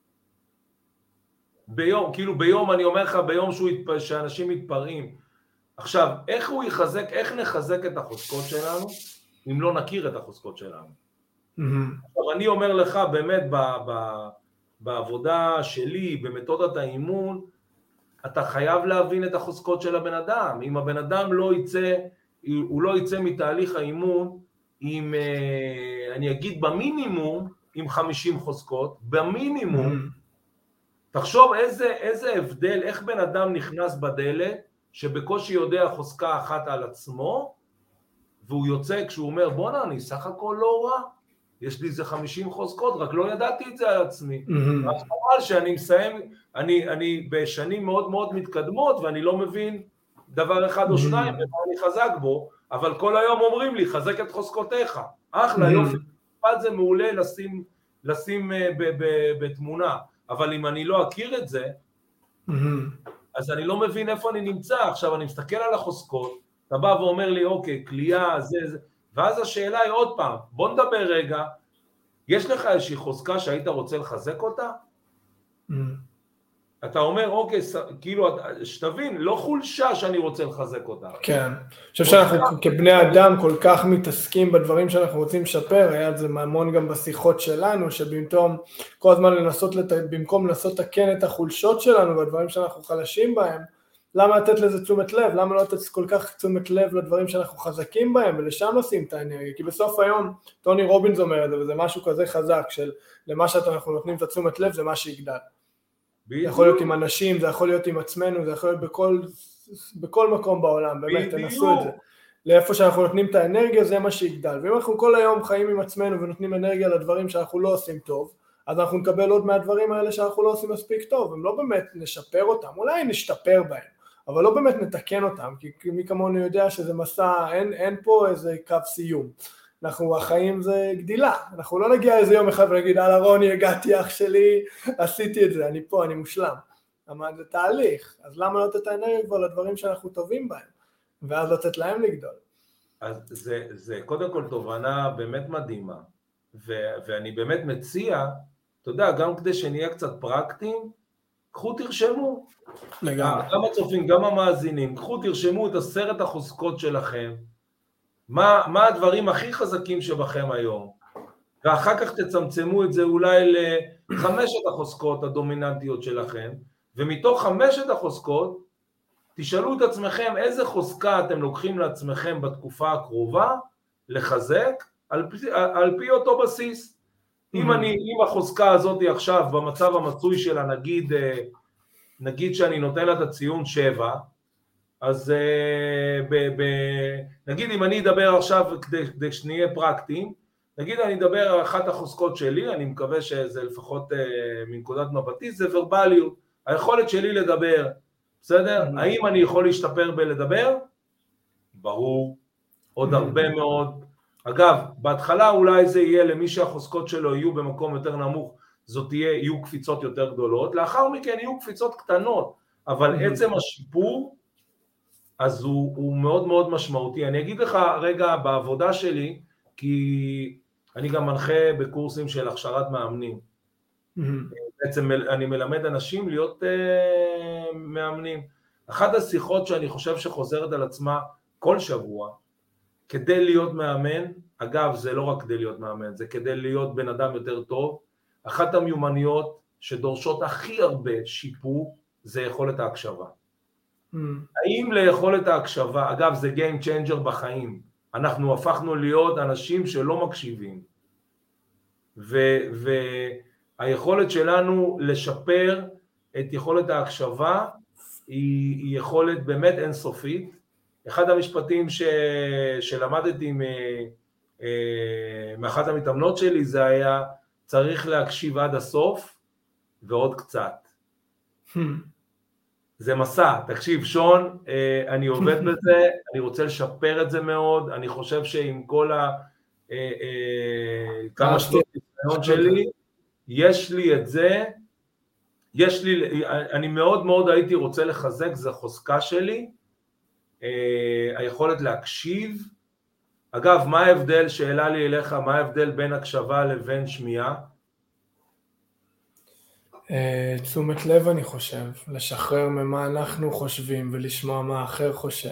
ביום, כאילו ביום, אני אומר לך, ביום שאנשים מתפרעים. עכשיו, איך הוא יחזק, איך נחזק את החוזקות שלנו, אם לא נכיר את החוזקות שלנו? עכשיו, אני אומר לך, באמת, בעבודה שלי, במתודת האימון, אתה חייב להבין את החוזקות של הבן אדם. אם הבן אדם הוא לא יצא מתהליך האימון, עם, אני אגיד במינימום, עם 50 חוזקות, במינימום, תחשוב איזה הבדל, איך בן אדם נכנס בדלת, שבקושי יודע חוזקה אחת על עצמו, והוא יוצא כשהוא אומר, בוא אני סך הכל לא רע, יש לי איזה 50 חוזקות, רק לא ידעתי את זה על עצמי. רק חבל שאני מסיים, אני בשנים מאוד מאוד מתקדמות, ואני לא מבין דבר אחד או שניים, ואני חזק בו, אבל כל היום אומרים לי, חזק את חוזקותיך. אחלה, יופי, זה מעולה לשים בתמונה. אבל אם אני לא אכיר את זה, אז אני לא מבין איפה אני נמצא. עכשיו אני מסתכל על החוזקות, אתה בא ואומר לי, אוקיי, קליעה, זה, ואז השאלה היא עוד פעם, בוא נדבר רגע, יש לך איזושהי חוזקה שהיית רוצה לחזק אותה? אתה אומר, אוקיי, כאילו, שתבין, לא חולשה שאני רוצה לחזק אותה. כן, אני חושב שאנחנו כבני אדם כל כך מתעסקים בדברים שאנחנו רוצים לשפר, היה את זה המון גם בשיחות שלנו, שבמקום כל הזמן במקום לנסות לתקן את החולשות שלנו והדברים שאנחנו חלשים בהם, למה לתת לזה תשומת לב? למה לא לתת כל כך תשומת לב לדברים שאנחנו חזקים בהם, ולשם נשים את האנרגיה? כי בסוף היום, טוני רובינס אומר את זה, וזה משהו כזה חזק, של למה שאנחנו נותנים את התשומת לב, זה מה שיגדל. זה יכול להיות עם אנשים, זה יכול להיות עם עצמנו, זה יכול להיות בכל מקום בעולם, באמת, תנסו את זה. לאיפה שאנחנו נותנים את האנרגיה, זה מה שיגדל. ואם אנחנו כל היום חיים עם עצמנו ונותנים אנרגיה לדברים שאנחנו לא עושים טוב, אז אנחנו נקבל עוד מהדברים האלה שאנחנו לא עושים מספיק טוב, הם לא באמת נשפר אותם, אולי נשתפר בהם, אבל לא באמת נתקן אותם, כי מי כמונו יודע שזה מסע, אין פה איזה קו סיום. החיים זה גדילה, אנחנו לא נגיע איזה יום אחד ונגיד, על רוני, הגעתי אח שלי, עשיתי את זה, אני פה, אני מושלם. אבל זה תהליך, אז למה לא לתת האנרגיה כבר לדברים שאנחנו טובים בהם, ואז לתת להם לגדול? אז זה קודם כל תובנה באמת מדהימה, ואני באמת מציע, אתה יודע, גם כדי שנהיה קצת פרקטיים, קחו תרשמו, גם הצופים, גם המאזינים, קחו תרשמו את 10 החוזקות שלכם, מה הדברים הכי חזקים שבכם היום, ואחר כך תצמצמו את זה אולי ל5 החוזקות הדומיננטיות שלכם, ומתוך 5 החוזקות, תשאלו את עצמכם איזה חוזקה אתם לוקחים לעצמכם בתקופה הקרובה, לחזק על פי אותו בסיס. אם החוזקה הזאת עכשיו במצב המצוי שלה, נגיד שאני נותן לה את הציון 7, אז נגיד אם אני אדבר עכשיו כדי שנהיה פרקטיים, נגיד אני אדבר על אחת החוזקות שלי, אני מקווה שזה לפחות מנקודת מבטי, זה ורבליות, היכולת שלי לדבר, בסדר? האם אני יכול להשתפר בלדבר? ברור, עוד הרבה מאוד. אגב, בהתחלה אולי זה יהיה למי שהחוזקות שלו יהיו במקום יותר נמוך, יהיו קפיצות יותר גדולות, לאחר מכן יהיו קפיצות קטנות, אבל עצם השיפור, אז הוא מאוד מאוד משמעותי. אני אגיד לך רגע בעבודה שלי, כי אני גם מנחה בקורסים של הכשרת מאמנים. בעצם אני מלמד אנשים להיות מאמנים. אחת השיחות שאני חושב שחוזרת על עצמה כל שבוע, כדי להיות מאמן, אגב זה לא רק כדי להיות מאמן, זה כדי להיות בן אדם יותר טוב, אחת המיומנויות שדורשות הכי הרבה שיפור, זה יכולת ההקשבה. האם ליכולת ההקשבה, אגב זה game changer בחיים, אנחנו הפכנו להיות אנשים שלא מקשיבים, והיכולת שלנו לשפר את יכולת ההקשבה, היא יכולת באמת אינסופית. אחד המשפטים שלמדתי מאחת המתאמנות שלי, זה היה צריך להקשיב עד הסוף ועוד קצת. זה מסע, תקשיב שון, אני עובד בזה, אני רוצה לשפר את זה מאוד, אני חושב שעם כל כמה שנות ניסיון שלי, יש לי את זה, אני מאוד מאוד הייתי רוצה לחזק, זה חוזקה שלי, היכולת להקשיב. אגב, מה ההבדל, שאלה לי אליך, מה ההבדל בין הקשבה לבין שמיעה? תשומת לב אני חושב, לשחרר ממה אנחנו חושבים ולשמוע מה האחר חושב.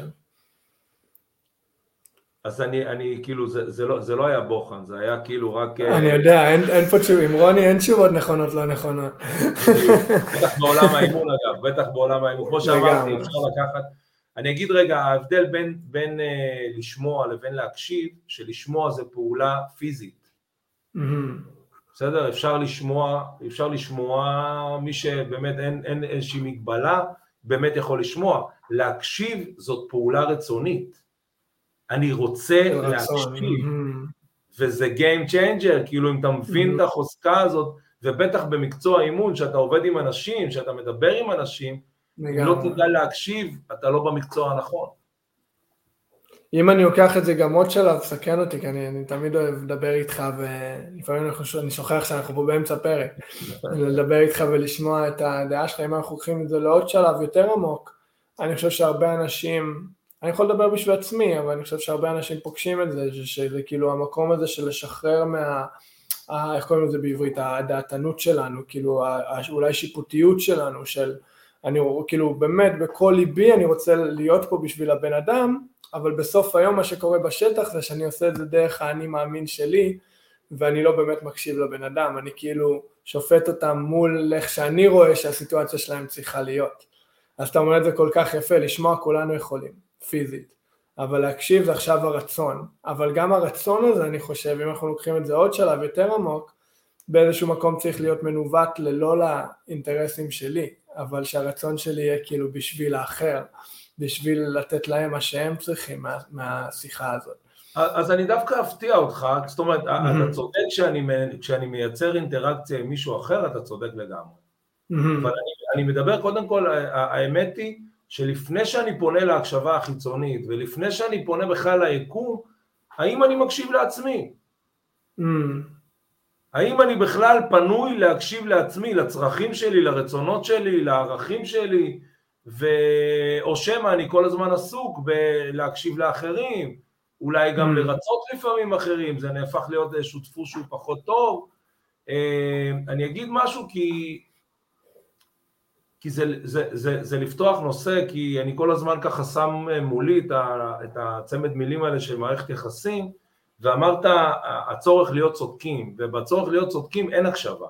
אז אני כאילו, זה לא היה בוחן, זה היה כאילו רק... אני יודע, אין פה תשובות, עם רוני אין תשובות נכונות לא נכונות. בטח בעולם האימון אגב, בטח בעולם האימון, כמו שאמרתי, אפשר לקחת. אני אגיד רגע, ההבדל בין לשמוע לבין להקשיב, שלשמוע זה פעולה פיזית. בסדר? אפשר לשמוע מי שבאמת אין איזושהי מגבלה, באמת יכול לשמוע. להקשיב זאת פעולה רצונית. אני רוצה להקשיב, וזה game changer, כאילו אם אתה מבין את החוזקה הזאת, ובטח במקצוע אימון, שאתה עובד עם אנשים, שאתה מדבר עם אנשים, אם לא תדע להקשיב, אתה לא במקצוע הנכון. אם אני לוקח את זה גם עוד שלב, סכן אותי, כי אני תמיד אוהב לדבר איתך, ולפעמים אני שוכח שאנחנו פה באמצע פרק, לדבר איתך ולשמוע את הדעה שלך, אם אנחנו לוקחים את זה לעוד שלב יותר עמוק, אני חושב שהרבה אנשים, אני יכול לדבר בשביל עצמי, אבל אני חושב שהרבה אנשים פוגשים את זה, שזה כאילו המקום הזה של לשחרר איך קוראים לזה בעברית, הדעתנות שלנו, כאילו אולי שיפוטיות שלנו, אני כאילו באמת בכל ליבי אני רוצה להיות פה בשביל הבן אדם, אבל בסוף היום מה שקורה בשטח זה שאני עושה את זה דרך האני מאמין שלי, ואני לא באמת מקשיב לבן אדם, אני כאילו שופט אותם מול איך שאני רואה שהסיטואציה שלהם צריכה להיות. אז אתה אומר את זה כל כך יפה, לשמוע כולנו יכולים, פיזית, אבל להקשיב זה עכשיו הרצון, אבל גם הרצון הזה אני חושב, אם אנחנו לוקחים את זה עוד שלב יותר עמוק, באיזשהו מקום צריך להיות מנווט ללא לאינטרסים שלי, אבל שהרצון שלי יהיה כאילו בשביל האחר, בשביל לתת להם מה שהם צריכים מהשיחה הזאת. אז אני דווקא אפתיע אותך, זאת אומרת, אתה צודק כשאני מייצר אינטראקציה עם מישהו אחר, אתה צודק לגמרי. אבל אני מדבר קודם כל, האמת היא שלפני שאני פונה להקשבה החיצונית, ולפני שאני פונה בכלל ליקום, האם אני מקשיב לעצמי? האם אני בכלל פנוי להקשיב לעצמי, לצרכים שלי, לרצונות שלי, לערכים שלי, או שמה אני כל הזמן עסוק בלהקשיב לאחרים, אולי גם לרצות לפעמים אחרים, זה נהפך להיות איזשהו דפוס שהוא פחות טוב. אני אגיד משהו כי זה לפתוח נושא, כי אני כל הזמן ככה שם מולי את הצמד מילים האלה של מערכת יחסים, ואמרת הצורך להיות צודקים, ובצורך להיות צודקים אין הקשבה.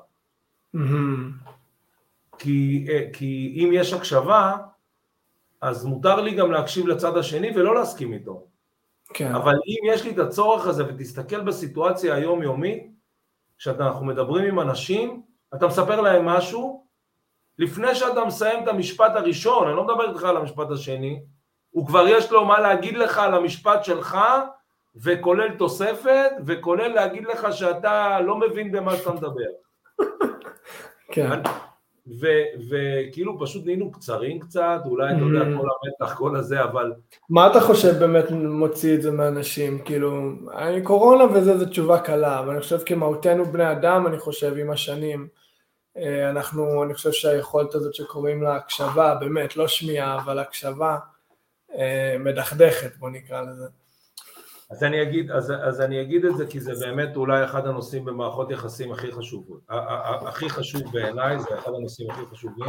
כי אם יש הקשבה, אז מותר לי גם להקשיב לצד השני ולא להסכים איתו. כן. אבל אם יש לי את הצורך הזה, ותסתכל בסיטואציה היומיומית, כשאנחנו מדברים עם אנשים, אתה מספר להם משהו, לפני שאתה מסיים את המשפט הראשון, אני לא מדבר איתך על המשפט השני, הוא כבר יש לו מה להגיד לך על המשפט שלך, וכולל תוספת, וכולל להגיד לך שאתה לא מבין במה שאתה מדבר. כן. וכאילו פשוט נהיינו קצרים קצת, אולי אתה יודע כל המתח, כל הזה, אבל... מה אתה חושב באמת מוציא את זה מאנשים? כאילו, קורונה וזה, זו תשובה קלה, אבל אני חושב כמהותנו בני אדם, אני חושב עם השנים, אני חושב שהיכולת הזאת שקוראים לה הקשבה, באמת, לא שמיעה, אבל הקשבה מדכדכת, בוא נקרא לזה. אז אני אגיד את זה, כי זה באמת אולי אחד הנושאים במערכות יחסים הכי חשובות. הכי חשוב בעיניי, זה אחד הנושאים הכי חשובים.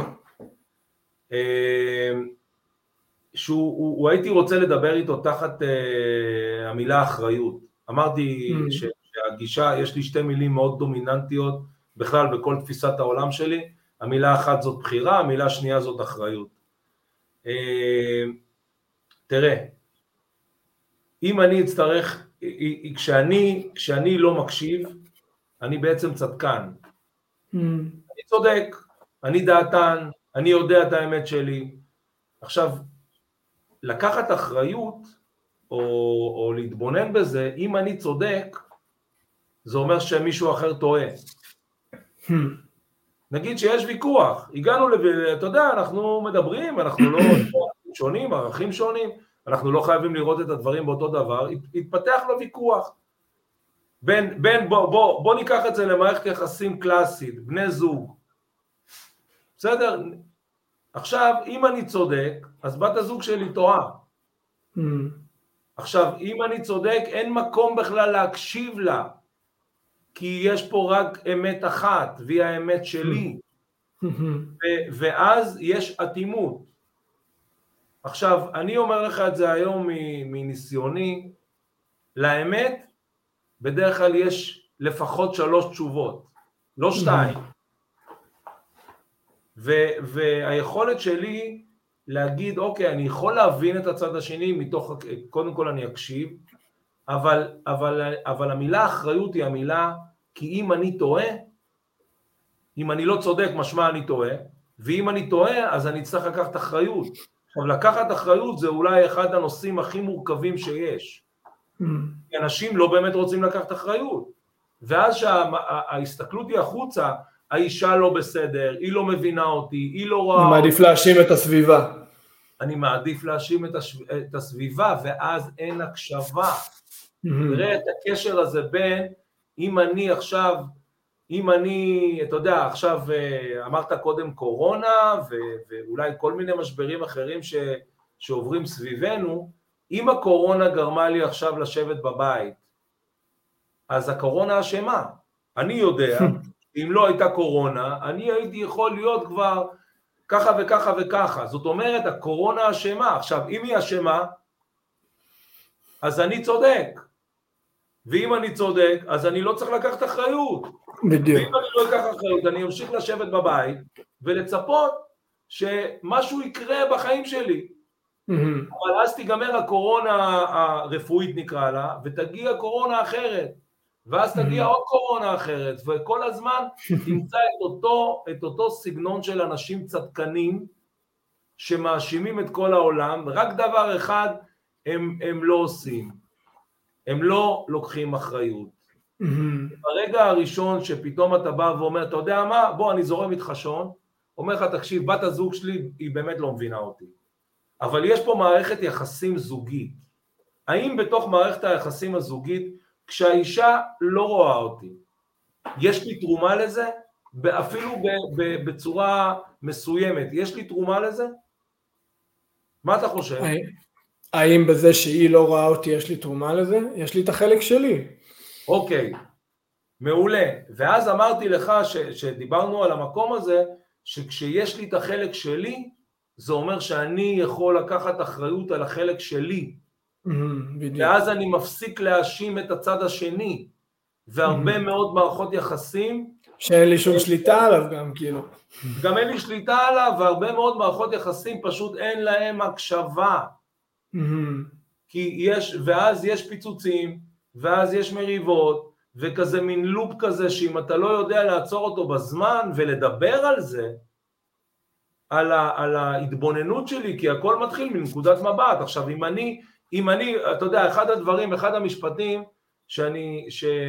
שהוא הייתי רוצה לדבר איתו תחת המילה אחריות. אמרתי שהגישה, יש לי שתי מילים מאוד דומיננטיות, בכלל בכל תפיסת העולם שלי, המילה אחת זאת בחירה, המילה שנייה זאת אחריות. תראה, אם אני אצטרך, כשאני לא מקשיב, אני בעצם צדקן. אני צודק, אני דעתן, אני יודע את האמת שלי. עכשיו, לקחת אחריות, או להתבונן בזה, אם אני צודק, זה אומר שמישהו אחר טועה. נגיד שיש ויכוח, הגענו אתה יודע, אנחנו מדברים, אנחנו לא שונים, ערכים שונים, אנחנו לא חייבים לראות את הדברים באותו דבר, התפתח לו ויכוח. בוא ניקח את זה למערכת יחסים קלאסית, בני זוג. בסדר? עכשיו, אם אני צודק, אז בת הזוג שלי טועה. עכשיו, אם אני צודק, אין מקום בכלל להקשיב לה, כי יש פה רק אמת אחת, והיא האמת שלי. ואז יש אטימות. עכשיו, אני אומר לך את זה היום מניסיוני, לאמת, בדרך כלל יש לפחות 3 תשובות, לא 2. והיכולת שלי להגיד, אוקיי, אני יכול להבין את הצד השני, מתוך, קודם כל אני אקשיב, אבל המילה אחריות היא המילה, כי אם אני טועה, אם אני לא צודק, משמע אני טועה, ואם אני טועה, אז אני צריך לקחת אחריות. עכשיו, לקחת אחריות זה אולי אחד הנושאים הכי מורכבים שיש. כי אנשים לא באמת רוצים לקחת אחריות. ואז שההסתכלות היא החוצה, האישה לא בסדר, היא לא מבינה אותי, היא לא רואה... היא מעדיף להאשים את הסביבה. אני מעדיף להאשים את הסביבה, ואז אין הקשבה. תראה את הקשר הזה בין, אם אני, אתה יודע, עכשיו אמרת קודם קורונה, ואולי כל מיני משברים אחרים שעוברים סביבנו, אם הקורונה גרמה לי עכשיו לשבת בבית, אז הקורונה אשמה. אני יודע, אם לא הייתה קורונה, אני הייתי יכול להיות כבר ככה וככה וככה. זאת אומרת, הקורונה אשמה. עכשיו, אם היא אשמה, אז אני צודק. ואם אני צודק, אז אני לא צריך לקחת אחריות. בדיוק. ואם אני לא אקח אחריות, אני אמשיך לשבת בבית, ולצפות שמשהו יקרה בחיים שלי. אבל אז תיגמר הקורונה הרפואית נקרא לה, ותגיע קורונה אחרת. ואז תגיע עוד קורונה אחרת, וכל הזמן תמצא את אותו סגנון של אנשים צדקנים, שמאשימים את כל העולם, רק דבר אחד הם לא עושים, הם לא לוקחים אחריות. ברגע הראשון שפתאום אתה בא ואומר, אתה יודע מה, בוא אני זורם איתך שון, אומר לך תקשיב, בת הזוג שלי היא באמת לא מבינה אותי, אבל יש פה מערכת יחסים זוגית, האם בתוך מערכת היחסים הזוגית, כשהאישה לא רואה אותי, יש לי תרומה לזה? אפילו בצורה מסוימת, יש לי תרומה לזה? מה אתה חושב? האם בזה שהיא לא רואה אותי יש לי תרומה לזה? יש לי את החלק שלי. אוקיי, מעולה. ואז אמרתי לך שדיברנו על המקום הזה, שכשיש לי את החלק שלי, זה אומר שאני יכול לקחת אחריות על החלק שלי. ואז אני מפסיק להאשים את הצד השני, והרבה מאוד מערכות יחסים, שאין לי שום שליטה עליו גם כאילו. גם אין לי שליטה עליו, והרבה מאוד מערכות יחסים פשוט אין להם הקשבה. ואז יש פיצוצים, ואז יש מריבות, וכזה מין לופ כזה, שאם אתה לא יודע לעצור אותו בזמן, ולדבר על זה, על ההתבוננות שלי, כי הכל מתחיל מנקודת מבט. עכשיו, אם אני, אתה יודע, אחד המשפטים שאני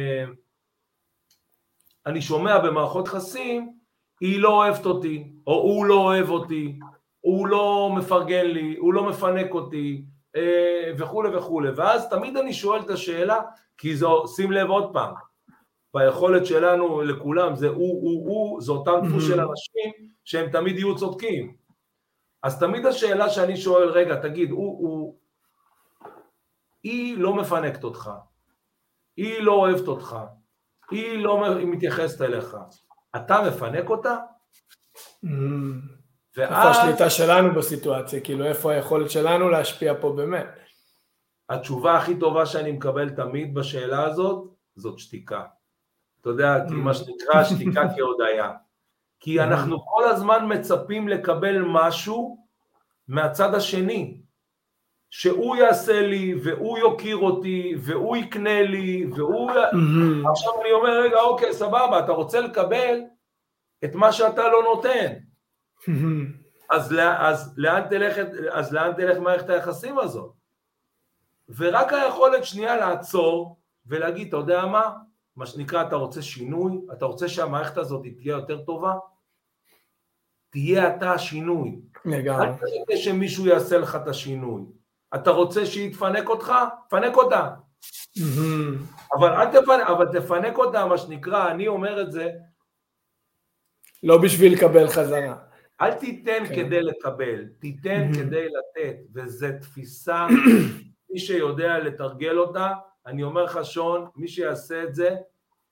שומע במערכות יחסים, היא לא אוהבת אותי, או הוא לא אוהב אותי, הוא לא מפרגן לי, הוא לא מפנק אותי, וכו' וכו'. ואז תמיד אני שואל את השאלה, כי שים לב עוד פעם, ביכולת שלנו לכולם, זה זה אותם דפוס של אנשים, שהם תמיד יהיו צודקים. אז תמיד השאלה שאני שואל, רגע, תגיד, היא לא מפנקת אותך, היא לא אוהבת אותך, היא לא מתייחסת אליך, אתה מפנק אותה? איפה השליטה שלנו בסיטואציה, כאילו איפה היכולת שלנו להשפיע פה באמת? התשובה הכי טובה שאני מקבל תמיד בשאלה הזאת, זאת שתיקה. אתה יודע, כי מה שנקרא שתיקה כהודיה. כי אנחנו כל הזמן מצפים לקבל משהו מהצד השני, שהוא יעשה לי, והוא יוקיר אותי, והוא יקנה לי, עכשיו אני אומר, רגע, אוקיי, סבבה, אתה רוצה לקבל את מה שאתה לא נותן. אז לאן תלך מערכת היחסים הזאת? ורק היכולת שנייה לעצור ולהגיד, אתה יודע מה שנקרא, אתה רוצה שינוי, אתה רוצה שהמערכת הזאת תהיה יותר טובה, תהיה אתה השינוי. לגמרי. אל תחכה שמישהו יעשה לך את השינוי. אתה רוצה שהיא תפנק אותך? פנק אותה. אבל תפנק אותה, מה שנקרא, אני אומר את זה, לא בשביל לקבל חזרה. אל תיתן כדי לקבל, תיתן כדי לתת, וזו תפיסה, מי שיודע לתרגל אותה, אני אומר לך שון, מי שיעשה את זה,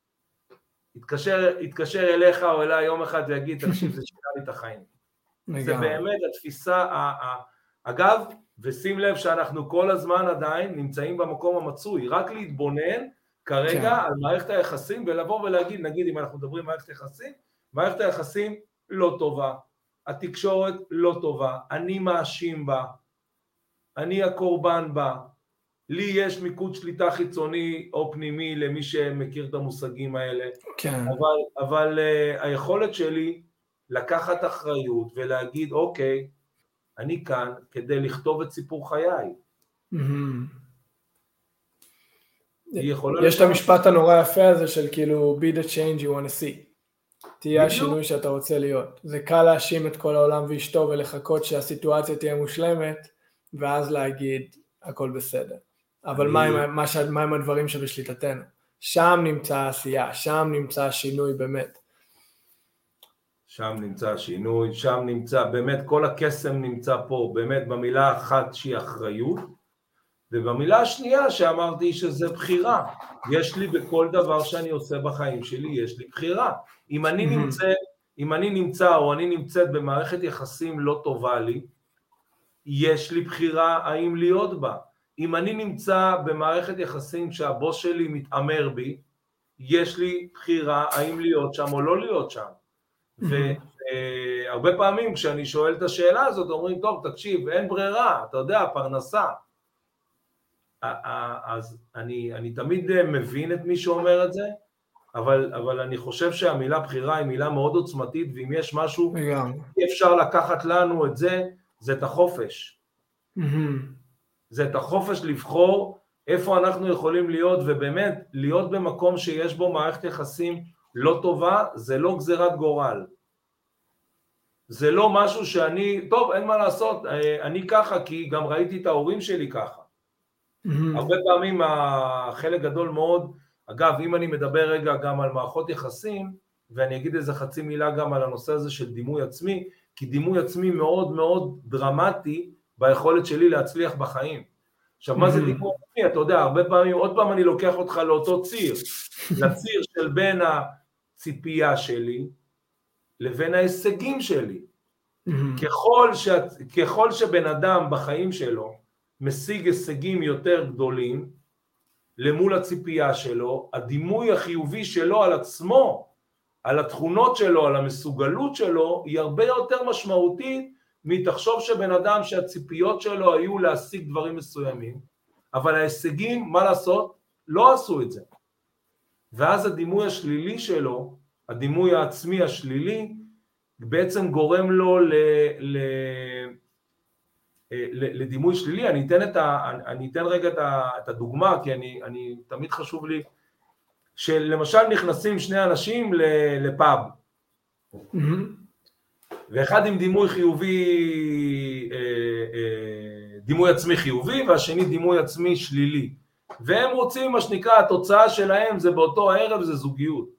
יתקשר אליך או אליי יום אחד ויגיד, תקשיב, זה שינה לי את החיים. זה באמת התפיסה, אגב, ושים לב שאנחנו כל הזמן עדיין נמצאים במקום המצוי, רק להתבונן כרגע על מערכת היחסים, ולבוא ולהגיד, נגיד אם אנחנו מדברים מערכת היחסים לא טובה, התקשורת לא טובה, אני מאשים בה, אני הקורבן בה, לי יש מיקוד שליטה חיצוני או פנימי למי שמכיר את המושגים האלה, כן. אבל היכולת שלי לקחת אחריות ולהגיד אוקיי, אני כאן כדי לכתוב את סיפור חיי. יש את המשפט הנורא יפה הזה של כאילו be the change you want to see. תהיה השינוי שאתה רוצה להיות. זה קל להאשים את כל העולם ואשתו ולחכות שהסיטואציה תהיה מושלמת, ואז להגיד הכל בסדר. אבל מה עם הדברים שבשליטתנו? שם נמצא העשייה, שם נמצא השינוי באמת. שם נמצא השינוי, שם נמצא, באמת כל הקסם נמצא פה, באמת במילה אחת שהיא אחריות, ובמילה השנייה שאמרתי שזה בחירה. יש לי בכל דבר שאני עושה בחיים שלי, יש לי בחירה. אם אני נמצא או אני נמצאת במערכת יחסים לא טובה לי, יש לי בחירה האם להיות בה. אם אני נמצא במערכת יחסים שהבוס שלי מתאמר בי, יש לי בחירה האם להיות שם או לא להיות שם. והרבה פעמים כשאני שואל את השאלה הזאת, אומרים, טוב, תקשיב, אין ברירה, אתה יודע, פרנסה. אז אני תמיד מבין את מי שאומר את זה, אבל אני חושב שהמילה בחירה היא מילה מאוד עוצמתית, ואם יש משהו, אפשר לקחת לנו את זה, זה את החופש. זה את החופש לבחור איפה אנחנו יכולים להיות, ובאמת להיות במקום שיש בו מערכת יחסים לא טובה, זה לא גזירת גורל. זה לא משהו שאני, טוב, אין מה לעשות, אני ככה, כי גם ראיתי את ההורים שלי ככה. הרבה פעמים החלק גדול מאוד, אגב, אם אני מדבר רגע גם על מערכות יחסים, ואני אגיד איזה חצי מילה גם על הנושא הזה של דימוי עצמי, כי דימוי עצמי מאוד מאוד דרמטי ביכולת שלי להצליח בחיים. עכשיו, מה זה דימוי עצמי? אתה יודע, הרבה פעמים, עוד פעם אני לוקח אותך לאותו ציר, לציר של בין הציפייה שלי, לבין ההישגים שלי. ככל שבן אדם בחיים שלו, משיג הישגים יותר גדולים, למול הציפייה שלו, הדימוי החיובי שלו על עצמו, על התכונות שלו, על המסוגלות שלו, היא הרבה יותר משמעותית, מתחשוב שבן אדם שהציפיות שלו היו להשיג דברים מסוימים, אבל ההישגים, מה לעשות? לא עשו את זה. ואז הדימוי השלילי שלו, הדימוי העצמי השלילי, בעצם גורם לו לדימוי שלילי. אני אתן רגע את הדוגמה, כי אני תמיד חשוב לי, שלמשל נכנסים שני אנשים לפאב, ואחד עם דימוי חיובי, דימוי עצמי חיובי, והשני דימוי עצמי שלילי, והם רוצים, מה שנקרא, התוצאה שלהם זה באותו הערב, זה זוגיות.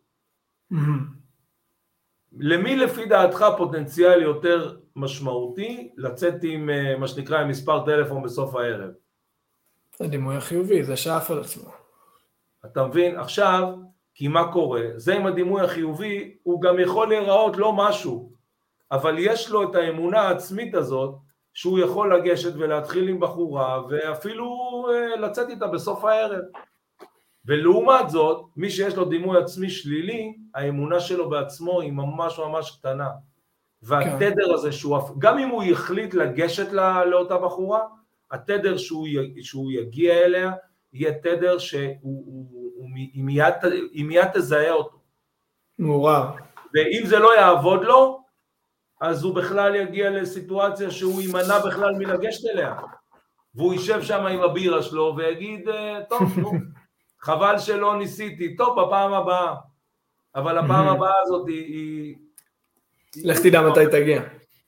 למי לפי דעתך פוטנציאל יותר משמעותי לצאת עם, מה שנקרא, עם מספר טלפון בסוף הערב? הדימוי החיובי, זה שאף על עצמו. אתה מבין? עכשיו, כי מה קורה? זה עם הדימוי החיובי, הוא גם יכול להיראות לא משהו, אבל יש לו את האמונה העצמית הזאת, שהוא יכול לגשת ולהתחיל עם בחורה, ואפילו לצאת איתה בסוף הערב. ולעומת זאת, מי שיש לו דימוי עצמי שלילי, האמונה שלו בעצמו היא ממש ממש קטנה. והתדר הזה, גם אם הוא יחליט לגשת לאותה בחורה, התדר שהוא יגיע אליה, יהיה תדר שהיא מיד תזהה אותו. מעורר. ואם זה לא יעבוד לו, אז הוא בכלל יגיע לסיטואציה שהוא יימנע בכלל מלגשת אליה. והוא יישב שם עם הבירה שלו ויגיד, טוב, נו, חבל שלא ניסיתי, טוב, בפעם הבאה. אבל הפעם הבאה הזאת היא... לך תדע מתי תגיע.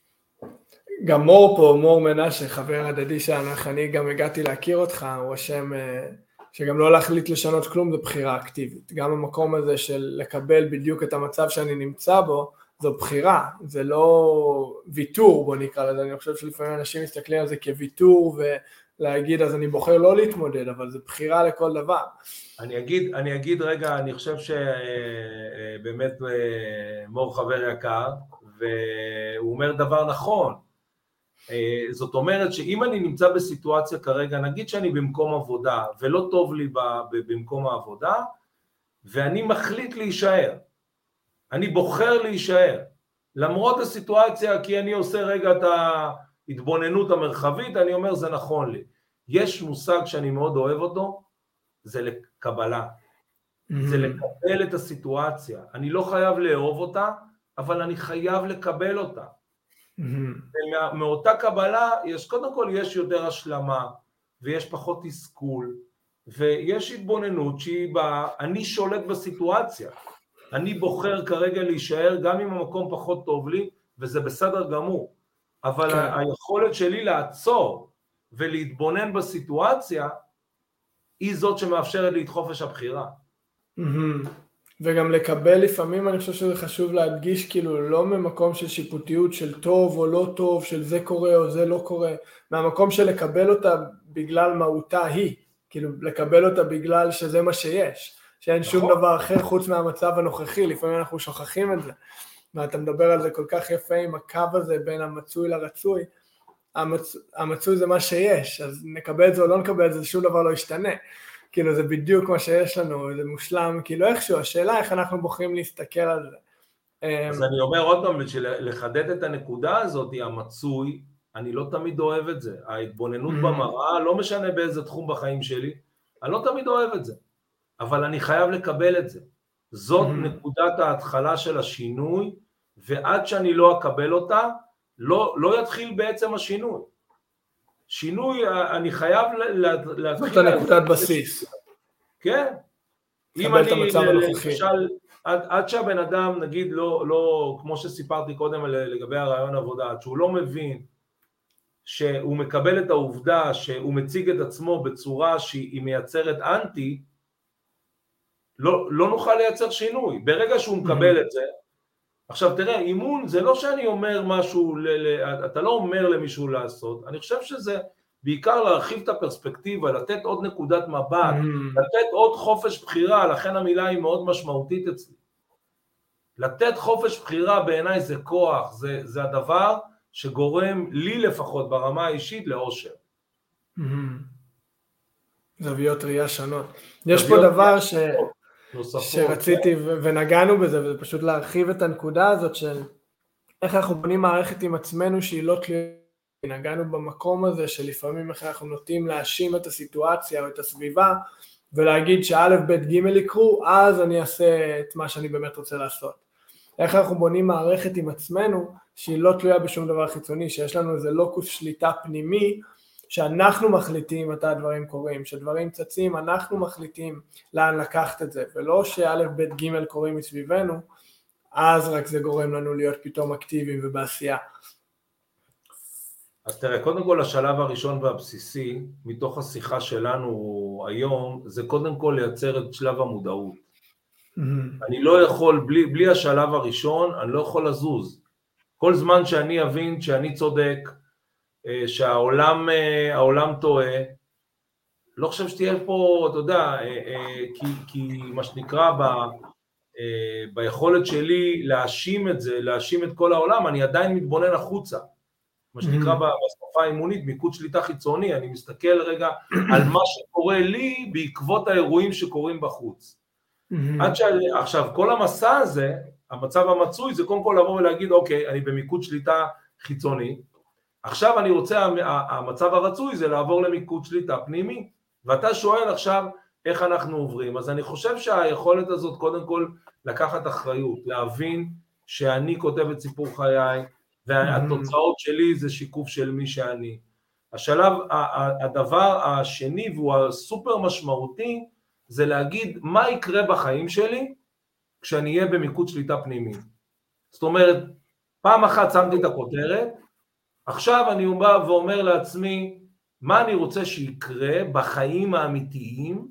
גם מור פה, מור מנשה, חבר הדדי שלנו, איך אני גם הגעתי להכיר אותך, הוא השם שגם לא להחליט לשנות כלום, זה בחירה אקטיבית. גם המקום הזה של לקבל בדיוק את המצב שאני נמצא בו, זו בחירה, זה לא ויתור, בוא נקרא לזה. אני חושב שלפעמים אנשים מסתכלים על זה כוויתור, ולהגיד, אז אני בוחר לא להתמודד, אבל זה בחירה לכל דבר. אני אגיד רגע, אני חושב שבאמת מור חבר יקר, והוא אומר דבר נכון. זאת אומרת שאם אני נמצא בסיטואציה כרגע, נגיד שאני במקום עבודה, ולא טוב לי במקום העבודה, ואני מחליט להישאר. אני בוחר להישאר, למרות הסיטואציה, כי אני עושה רגע את ההתבוננות המרחבית, אני אומר זה נכון לי. יש מושג שאני מאוד אוהב אותו, זה לקבלה. זה לקבל את הסיטואציה. אני לא חייב לאהוב אותה, אבל אני חייב לקבל אותה. ומאותה קבלה, קודם כל יש יותר השלמה, ויש פחות תסכול, ויש התבוננות שהיא אני שולט בסיטואציה. אני בוחר כרגע להישאר גם אם המקום פחות טוב לי, וזה בסדר גמור, אבל היכולת שלי לעצור ולהתבונן בסיטואציה, היא זאת שמאפשרת לי את חופש הבחירה. וגם לקבל לפעמים, אני חושב שזה חשוב להדגיש, כאילו לא ממקום של שיפוטיות, של טוב או לא טוב, של זה קורה או זה לא קורה, מהמקום של לקבל אותה בגלל מהותה היא, כאילו לקבל אותה בגלל שזה מה שיש, שאין שום דבר אחר חוץ מהמצב הנוכחי, לפעמים אנחנו שוכחים את זה, ואתה מדבר על זה כל כך יפה עם הקו הזה בין המצוי לרצוי, המצוי זה מה שיש, אז נקבל את זה או לא נקבל את זה, שום דבר לא ישתנה, כאילו זה בדיוק מה שיש לנו, זה מושלם, כאילו איכשהו, השאלה איך אנחנו בוחרים להסתכל על זה. אז אני אומר עוד פעם, לחדד את הנקודה הזאת, המצוי, אני לא תמיד אוהב את זה, ההתבוננות במראה, לא משנה באיזה תחום בחיים שלי, אני לא תמיד אוהב את זה, אבל אני חייב לקבל את זה, זאת נקודת ההתחלה של השינוי, ועד שאני לא אקבל אותה, לא יתחיל בעצם השינוי. שינוי, אני חייב להתחיל... זאת הנקודת בסיס. כן. אם אני, למשל, עד שהבן אדם, נגיד, לא, כמו שסיפרתי קודם לגבי הרעיון עבודה, עד שהוא לא מבין שהוא מקבל את העובדה שהוא מציג את עצמו בצורה שהיא מייצרת אנטי, לא נוכל לייצר שינוי. ברגע שהוא מקבל את זה, עכשיו תראה, אימון זה לא שאני אומר משהו, אתה לא אומר למישהו לעשות, אני חושב שזה בעיקר להרחיב את הפרספקטיבה, לתת עוד נקודת מבט, לתת עוד חופש בחירה, לכן המילה היא מאוד משמעותית אצלי. לתת חופש בחירה בעיניי זה כוח, זה הדבר שגורם לי לפחות ברמה האישית לאושר. זוויות ראייה שונות. יש פה דבר שרציתי ונגענו בזה, וזה פשוט להרחיב את הנקודה הזאת של איך אנחנו בונים מערכת עם עצמנו שהיא לא תלויה, נגענו במקום הזה שלפעמים איך אנחנו נוטים להאשים את הסיטואציה או את הסביבה, ולהגיד שא' ב' ג' יקרו, אז אני אעשה את מה שאני באמת רוצה לעשות. איך אנחנו בונים מערכת עם עצמנו שהיא לא תלויה בשום דבר חיצוני, שיש לנו איזה לוקוס שליטה פנימי, שאנחנו מחליטים מתי הדברים קורים, שדברים צצים, אנחנו מחליטים לאן לקחת את זה, ולא שא' ב' ג' קוראים מסביבנו, אז רק זה גורם לנו להיות פתאום אקטיביים ובעשייה. אז תראה, קודם כל השלב הראשון והבסיסי, מתוך השיחה שלנו היום, זה קודם כל לייצר את שלב המודעות. אני לא יכול, בלי השלב הראשון, אני לא יכול לזוז. כל זמן שאני אבין שאני צודק, שהעולם טועה, לא חושב שתהיה פה, אתה יודע, כי מה שנקרא ביכולת שלי להאשים את זה, להאשים את כל העולם, אני עדיין מתבונן החוצה. מה שנקרא בשפה האימונית, מיקוד שליטה חיצוני, אני מסתכל רגע על מה שקורה לי בעקבות האירועים שקורים בחוץ. עכשיו, כל המסע הזה, המצב המצוי, זה קודם כל לבוא ולהגיד, אוקיי, אני במיקוד שליטה חיצוני, עכשיו אני רוצה, המצב הרצוי זה לעבור למיקוד שליטה פנימי, ואתה שואל עכשיו איך אנחנו עוברים, אז אני חושב שהיכולת הזאת קודם כל לקחת אחריות, להבין שאני כותב את סיפור חיי, והתוצאות שלי זה שיקוף של מי שאני. השלב, הדבר השני והוא הסופר משמעותי, זה להגיד מה יקרה בחיים שלי כשאני אהיה במיקוד שליטה פנימי. זאת אומרת, פעם אחת שמתי את הכותרת, עכשיו אני בא ואומר לעצמי, מה אני רוצה שיקרה בחיים האמיתיים,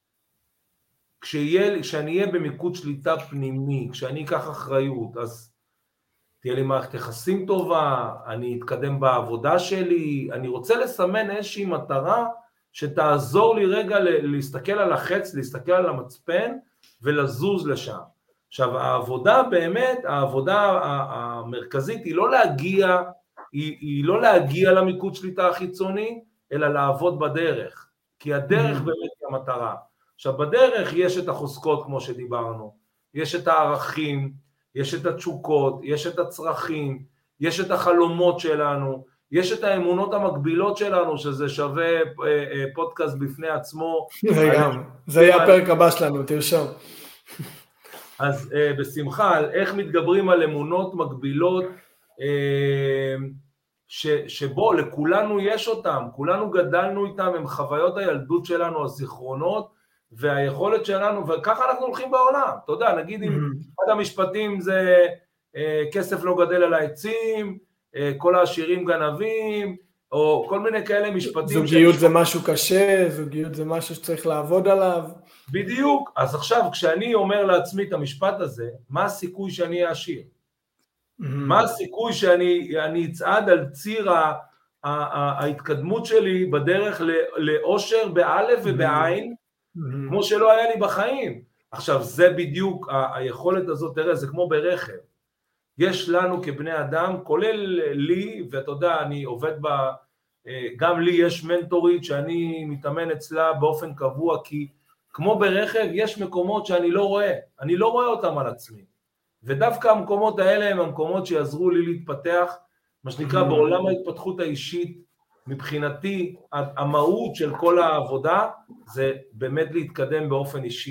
כשאני אהיה במיקוד שליטה פנימי, כשאני אקח אחריות, אז תהיה לי מערכת יחסים טובה, אני אתקדם בעבודה שלי, אני רוצה לסמן איזושהי מטרה, שתעזור לי רגע להסתכל על החץ, להסתכל על המצפן, ולזוז לשם. עכשיו, העבודה באמת, העבודה המרכזית היא לא להגיע, היא לא להגיע למיקוד שליטה החיצוני, אלא לעבוד בדרך, כי הדרך באמת היא המטרה. עכשיו, בדרך יש את החוזקות כמו שדיברנו, יש את הערכים, יש את התשוקות, יש את הצרכים, יש את החלומות שלנו, יש את האמונות המקבילות שלנו, שזה שווה פודקאסט בפני עצמו. זה יהיה הפרק הבא שלנו, תרשום. אז בשמחה, על איך מתגברים על אמונות מקבילות, שבו לכולנו יש אותם, כולנו גדלנו איתם, הם חוויות הילדות שלנו, הזיכרונות, והיכולת שלנו, וככה אנחנו הולכים בעולם, אתה יודע, נגיד אם אחד המשפטים זה כסף לא גדל על העצים, כל העשירים גנבים, או כל מיני כאלה משפטים. זוגיות זה משהו קשה, זוגיות זה משהו שצריך לעבוד עליו. בדיוק, אז עכשיו כשאני אומר לעצמי את המשפט הזה, מה הסיכוי שאני אהיה עשיר? מה הסיכוי שאני אצעד על ציר ההתקדמות שלי בדרך לאושר באלף ובעין, כמו שלא היה לי בחיים? עכשיו זה בדיוק היכולת הזאת, תראה, זה כמו ברכב. יש לנו כבני אדם, כולל לי, ואתה יודע, אני עובד גם לי יש מנטורית שאני מתאמן אצלה באופן קבוע, כי כמו ברכב יש מקומות שאני לא רואה, אני לא רואה אותם על עצמי. ודווקא המקומות האלה הם המקומות שיעזרו לי להתפתח, מה שנקרא בעולם ההתפתחות האישית, מבחינתי המהות של כל העבודה זה באמת להתקדם באופן אישי.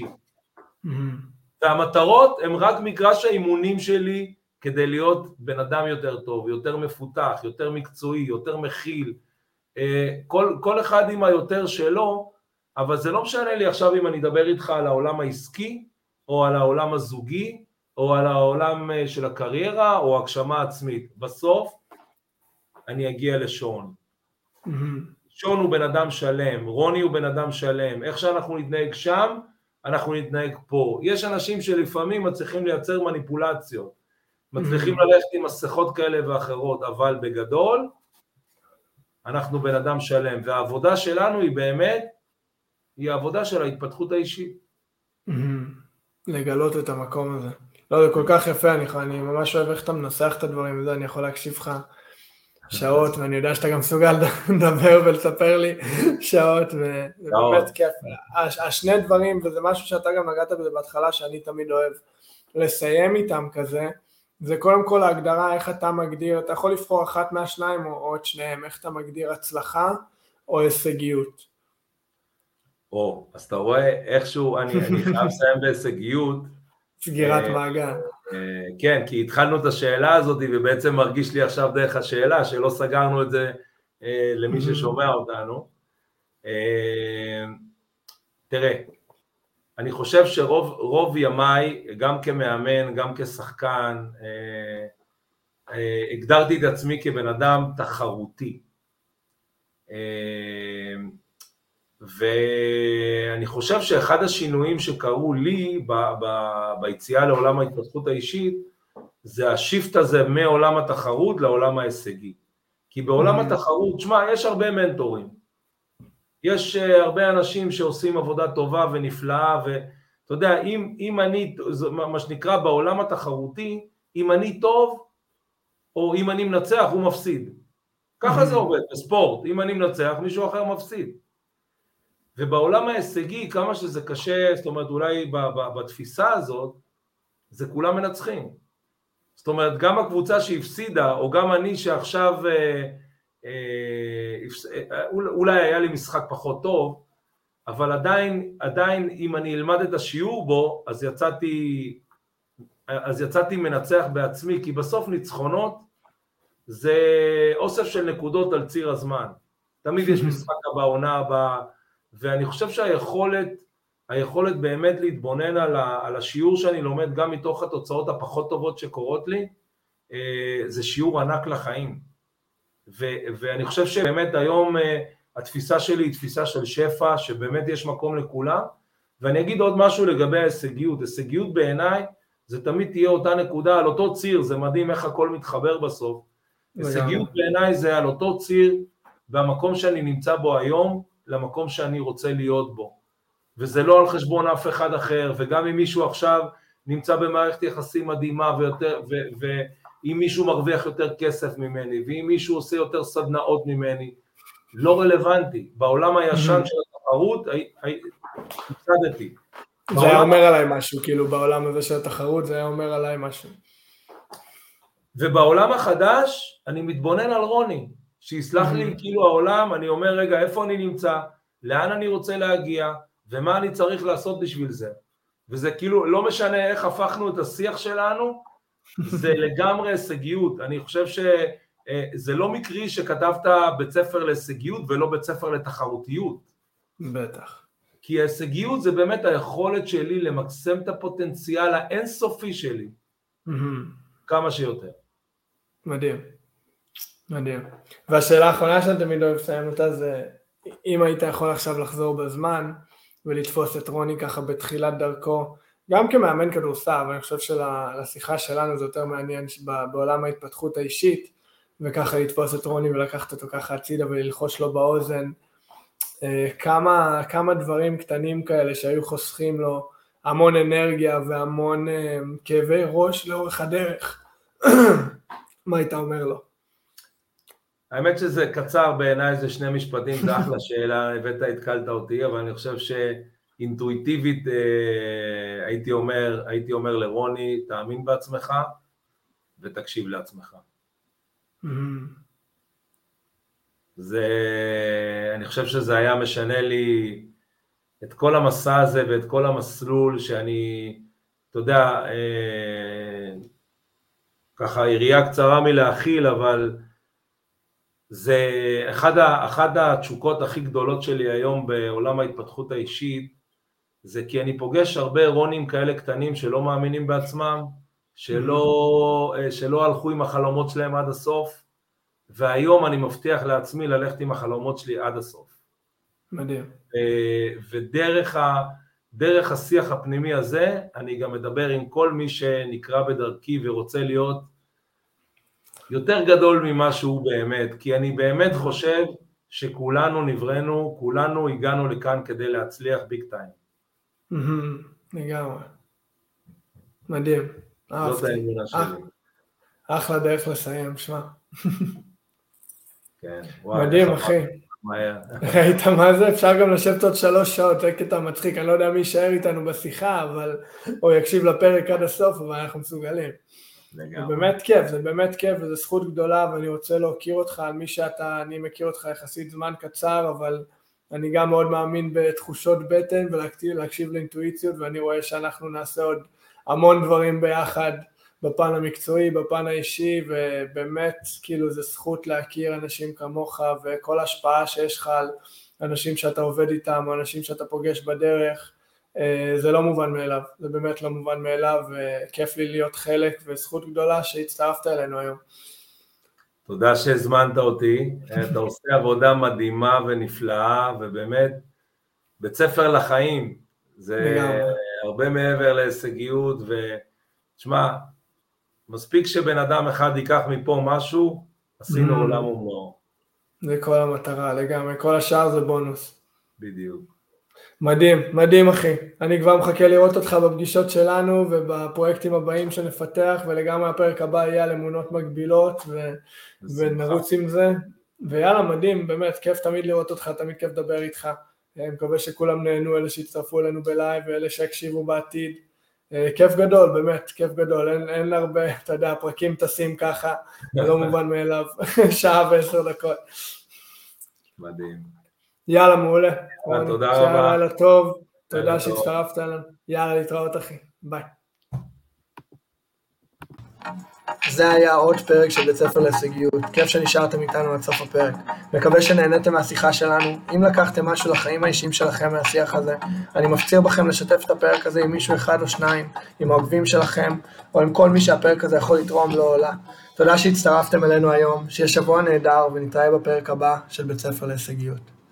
והמטרות הם רק מגרש האימונים שלי כדי להיות בן אדם יותר טוב, יותר מפותח, יותר מקצועי, יותר מכיל, כל אחד עם היותר שלו, אבל זה לא משנה לי עכשיו אם אני אדבר איתך על העולם העסקי, או על העולם הזוגי, או על העולם של הקריירה, או הגשמה עצמית. בסוף אני אגיע לשון. שון הוא בן אדם שלם, רוני הוא בן אדם שלם, איך שאנחנו נתנהג שם, אנחנו נתנהג פה. יש אנשים שלפעמים מצליחים לייצר מניפולציות, מצליחים ללכת עם מסכות כאלה ואחרות, אבל בגדול, אנחנו בן אדם שלם, והעבודה שלנו היא באמת, היא העבודה של ההתפתחות האישית. לגלות את המקום הזה. לא, זה כל כך יפה, אני ממש אוהב איך אתה מנסח את הדברים, וזה, אני יכול להקשיב לך שעות, ואני יודע שאתה גם סוגל לדבר ולספר לי שעות, ובאמת כיף. השני דברים, וזה משהו שאתה גם נגעת בזה בהתחלה, שאני תמיד אוהב לסיים איתם כזה, זה קודם כל ההגדרה, איך אתה מגדיר, אתה יכול לבחור אחת מהשניים או את שניהם, איך אתה מגדיר הצלחה או הישגיות. אז אתה רואה איכשהו, אני חייב לסיים בהישגיות. סגירת מעגל. כן, כי התחלנו את השאלה הזאת, ובעצם מרגיש לי עכשיו דרך השאלה, שלא סגרנו את זה למי ששומע אותנו. תראה, אני חושב שרוב ימיי, גם כמאמן, גם כשחקן, הגדרתי את עצמי כבן אדם תחרותי. ואני חושב שאחד השינויים שקרו לי ביציאה לעולם ההתפתחות האישית, זה השיפט הזה מעולם התחרות לעולם ההישגי. כי בעולם התחרות, שמע, יש הרבה מנטורים. יש הרבה אנשים שעושים עבודה טובה ונפלאה, ואתה יודע, אם אני, מה שנקרא בעולם התחרותי, אם אני טוב, או אם אני מנצח, הוא מפסיד. ככה זה עובד, בספורט, אם אני מנצח, מישהו אחר מפסיד. ובעולם ההישגי, כמה שזה קשה, זאת אומרת, אולי בתפיסה הזאת, זה כולם מנצחים. זאת אומרת, גם הקבוצה שהפסידה, או גם אני שעכשיו, אולי היה לי משחק פחות טוב, אבל עדיין אם אני אלמד את השיעור בו, אז יצאתי מנצח בעצמי, כי בסוף ניצחונות זה אוסף של נקודות על ציר הזמן. תמיד יש משחק בעונה הבאה, ואני חושב שהיכולת באמת להתבונן על השיעור שאני לומד, גם מתוך התוצאות הפחות טובות שקורות לי, זה שיעור ענק לחיים. ואני חושב שבאמת היום התפיסה שלי היא תפיסה של שפע, שבאמת יש מקום לכולם, ואני אגיד עוד משהו לגבי ההישגיות. הישגיות בעיניי זה תמיד תהיה אותה נקודה, על אותו ציר, זה מדהים איך הכל מתחבר בסוף. הישגיות בעיניי זה על אותו ציר, והמקום שאני נמצא בו היום, למקום שאני רוצה להיות בו. וזה לא על חשבון אף אחד אחר, וגם אם מישהו עכשיו נמצא במערכת יחסים מדהימה, ואם מישהו מרוויח יותר כסף ממני, ואם מישהו עושה יותר סדנאות ממני, לא רלוונטי. בעולם הישן של התחרות, הפסדתי. זה היה אומר עליי משהו, כאילו בעולם הזה של התחרות, זה היה אומר עליי משהו. ובעולם החדש, אני מתבונן על רוני, שיסלח לי כאילו העולם, אני אומר רגע, איפה אני נמצא, לאן אני רוצה להגיע, ומה אני צריך לעשות בשביל זה. וזה כאילו, לא משנה איך הפכנו את השיח שלנו, זה לגמרי הישגיות. אני חושב שזה לא מקרי שכתבת בית ספר להישגיות, ולא בית ספר לתחרותיות. בטח. כי ההישגיות זה באמת היכולת שלי למקסם את הפוטנציאל האינסופי שלי, כמה שיותר. מדהים, מדהים. והשאלה האחרונה שאני תמיד אוהב לסיים אותה זה, אם היית יכול עכשיו לחזור בזמן, ולתפוס את רוני ככה בתחילת דרכו, גם כמאמן כדורסל, אבל אני חושב שלשיחה שלנו זה יותר מעניין בעולם ההתפתחות האישית, וככה לתפוס את רוני ולקחת אותו ככה הצידה וללחוש לו באוזן, כמה דברים קטנים כאלה שהיו חוסכים לו המון אנרגיה והמון כאבי ראש לאורך הדרך. מה היית אומר לו? האמת שזה קצר בעיניי, זה 2 משפטים, זה אחלה שאלה, התקלת אותי, אבל אני חושב שאינטואיטיבית הייתי אומר לרוני, תאמין בעצמך ותקשיב לעצמך. אני חושב שזה היה משנה לי את כל המסע הזה ואת כל המסלול שאני, אתה יודע, ככה יריעה קצרה מלהכיל, אבל זה אחד התשוקות הכי גדולות שלי היום בעולם ההתפתחות האישית, זה כי אני פוגש הרבה רונים כאלה קטנים שלא מאמינים בעצמם, שלא הלכו עם החלומות שלהם עד הסוף, והיום אני מבטיח לעצמי ללכת עם החלומות שלי עד הסוף. מדהים. ודרך השיח הפנימי הזה, אני גם מדבר עם כל מי שנקרא בדרכי ורוצה להיות יותר גדול ממה שהוא באמת, כי אני באמת חושב שכולנו נבראנו, כולנו הגענו לכאן כדי להצליח ביג טיים. לגמרי. מדהים. זאת האמונה שלי. אחלה דרך לסיים, שמע. כן, מדהים, אחי. ראית מה זה? אפשר גם לשבת עוד 3 שעות, זה קטע מצחיק, אני לא יודע מי יישאר איתנו בשיחה, או יקשיב לפרק עד הסוף, אבל אנחנו מסוגלים. זה באמת כיף, זה באמת כיף, וזו זכות גדולה, ואני רוצה להוקיר אותך על מי שאתה, אני מכיר אותך יחסית זמן קצר, אבל אני גם מאוד מאמין בתחושות בטן, ולהקשיב לאינטואיציות, ואני רואה שאנחנו נעשה עוד המון דברים ביחד, בפן המקצועי, בפן האישי, ובאמת כאילו זה זכות להכיר אנשים כמוך, וכל השפעה שיש לך על אנשים שאתה עובד איתם, או אנשים שאתה פוגש בדרך, זה לא מובן מאליו, זה באמת לא מובן מאליו, וכיף לי להיות חלק, וזכות גדולה שהצטרפת אלינו היום. תודה שהזמנת אותי, אתה עושה עבודה מדהימה ונפלאה, ובאמת בית ספר לחיים, זה הרבה מעבר להישגיות, ותשמע, מספיק שבן אדם אחד ייקח מפה משהו, עשינו עולם ומלואו. זה כל המטרה, לגמרי, כל השאר זה בונוס. בדיוק. מדהים, מדהים אחי. אני כבר מחכה לראות אותך בפגישות שלנו ובפרויקטים הבאים שנפתח, ולגמרי הפרק הבא יהיה על אמונות מגבילות, ונרוץ עם זה. ויאללה, מדהים, באמת, כיף תמיד לראות אותך, תמיד כיף לדבר איתך. אני מקווה שכולם נהנו, אלה שהצטרפו אלינו בלייב, ואלה שהקשיבו בעתיד. כיף גדול, באמת, כיף גדול, אין הרבה, אתה יודע, הפרקים טסים ככה, לא מובן מאליו, 1:10 שעה. מדהים. יאללה, מעולה. תודה רבה. שיהיה לילה טוב, תודה שהצטרפת אלינו. יאללה, להתראות אחי, ביי. זה היה עוד פרק של בית ספר להישגיות, כיף שנשארתם איתנו עד סוף הפרק. מקווה שנהנתם מהשיחה שלנו. אם לקחתם משהו לחיים האישיים שלכם מהשיח הזה, אני מפציר בכם לשתף את הפרק הזה עם מישהו 1 או 2, עם העוקבים שלכם, או עם כל מי שהפרק הזה יכול לתרום לו או לה. תודה שהצטרפתם אלינו היום, שיהיה שבוע נהדר, ונתראה בפרק הבא של בית ספר להישגיות.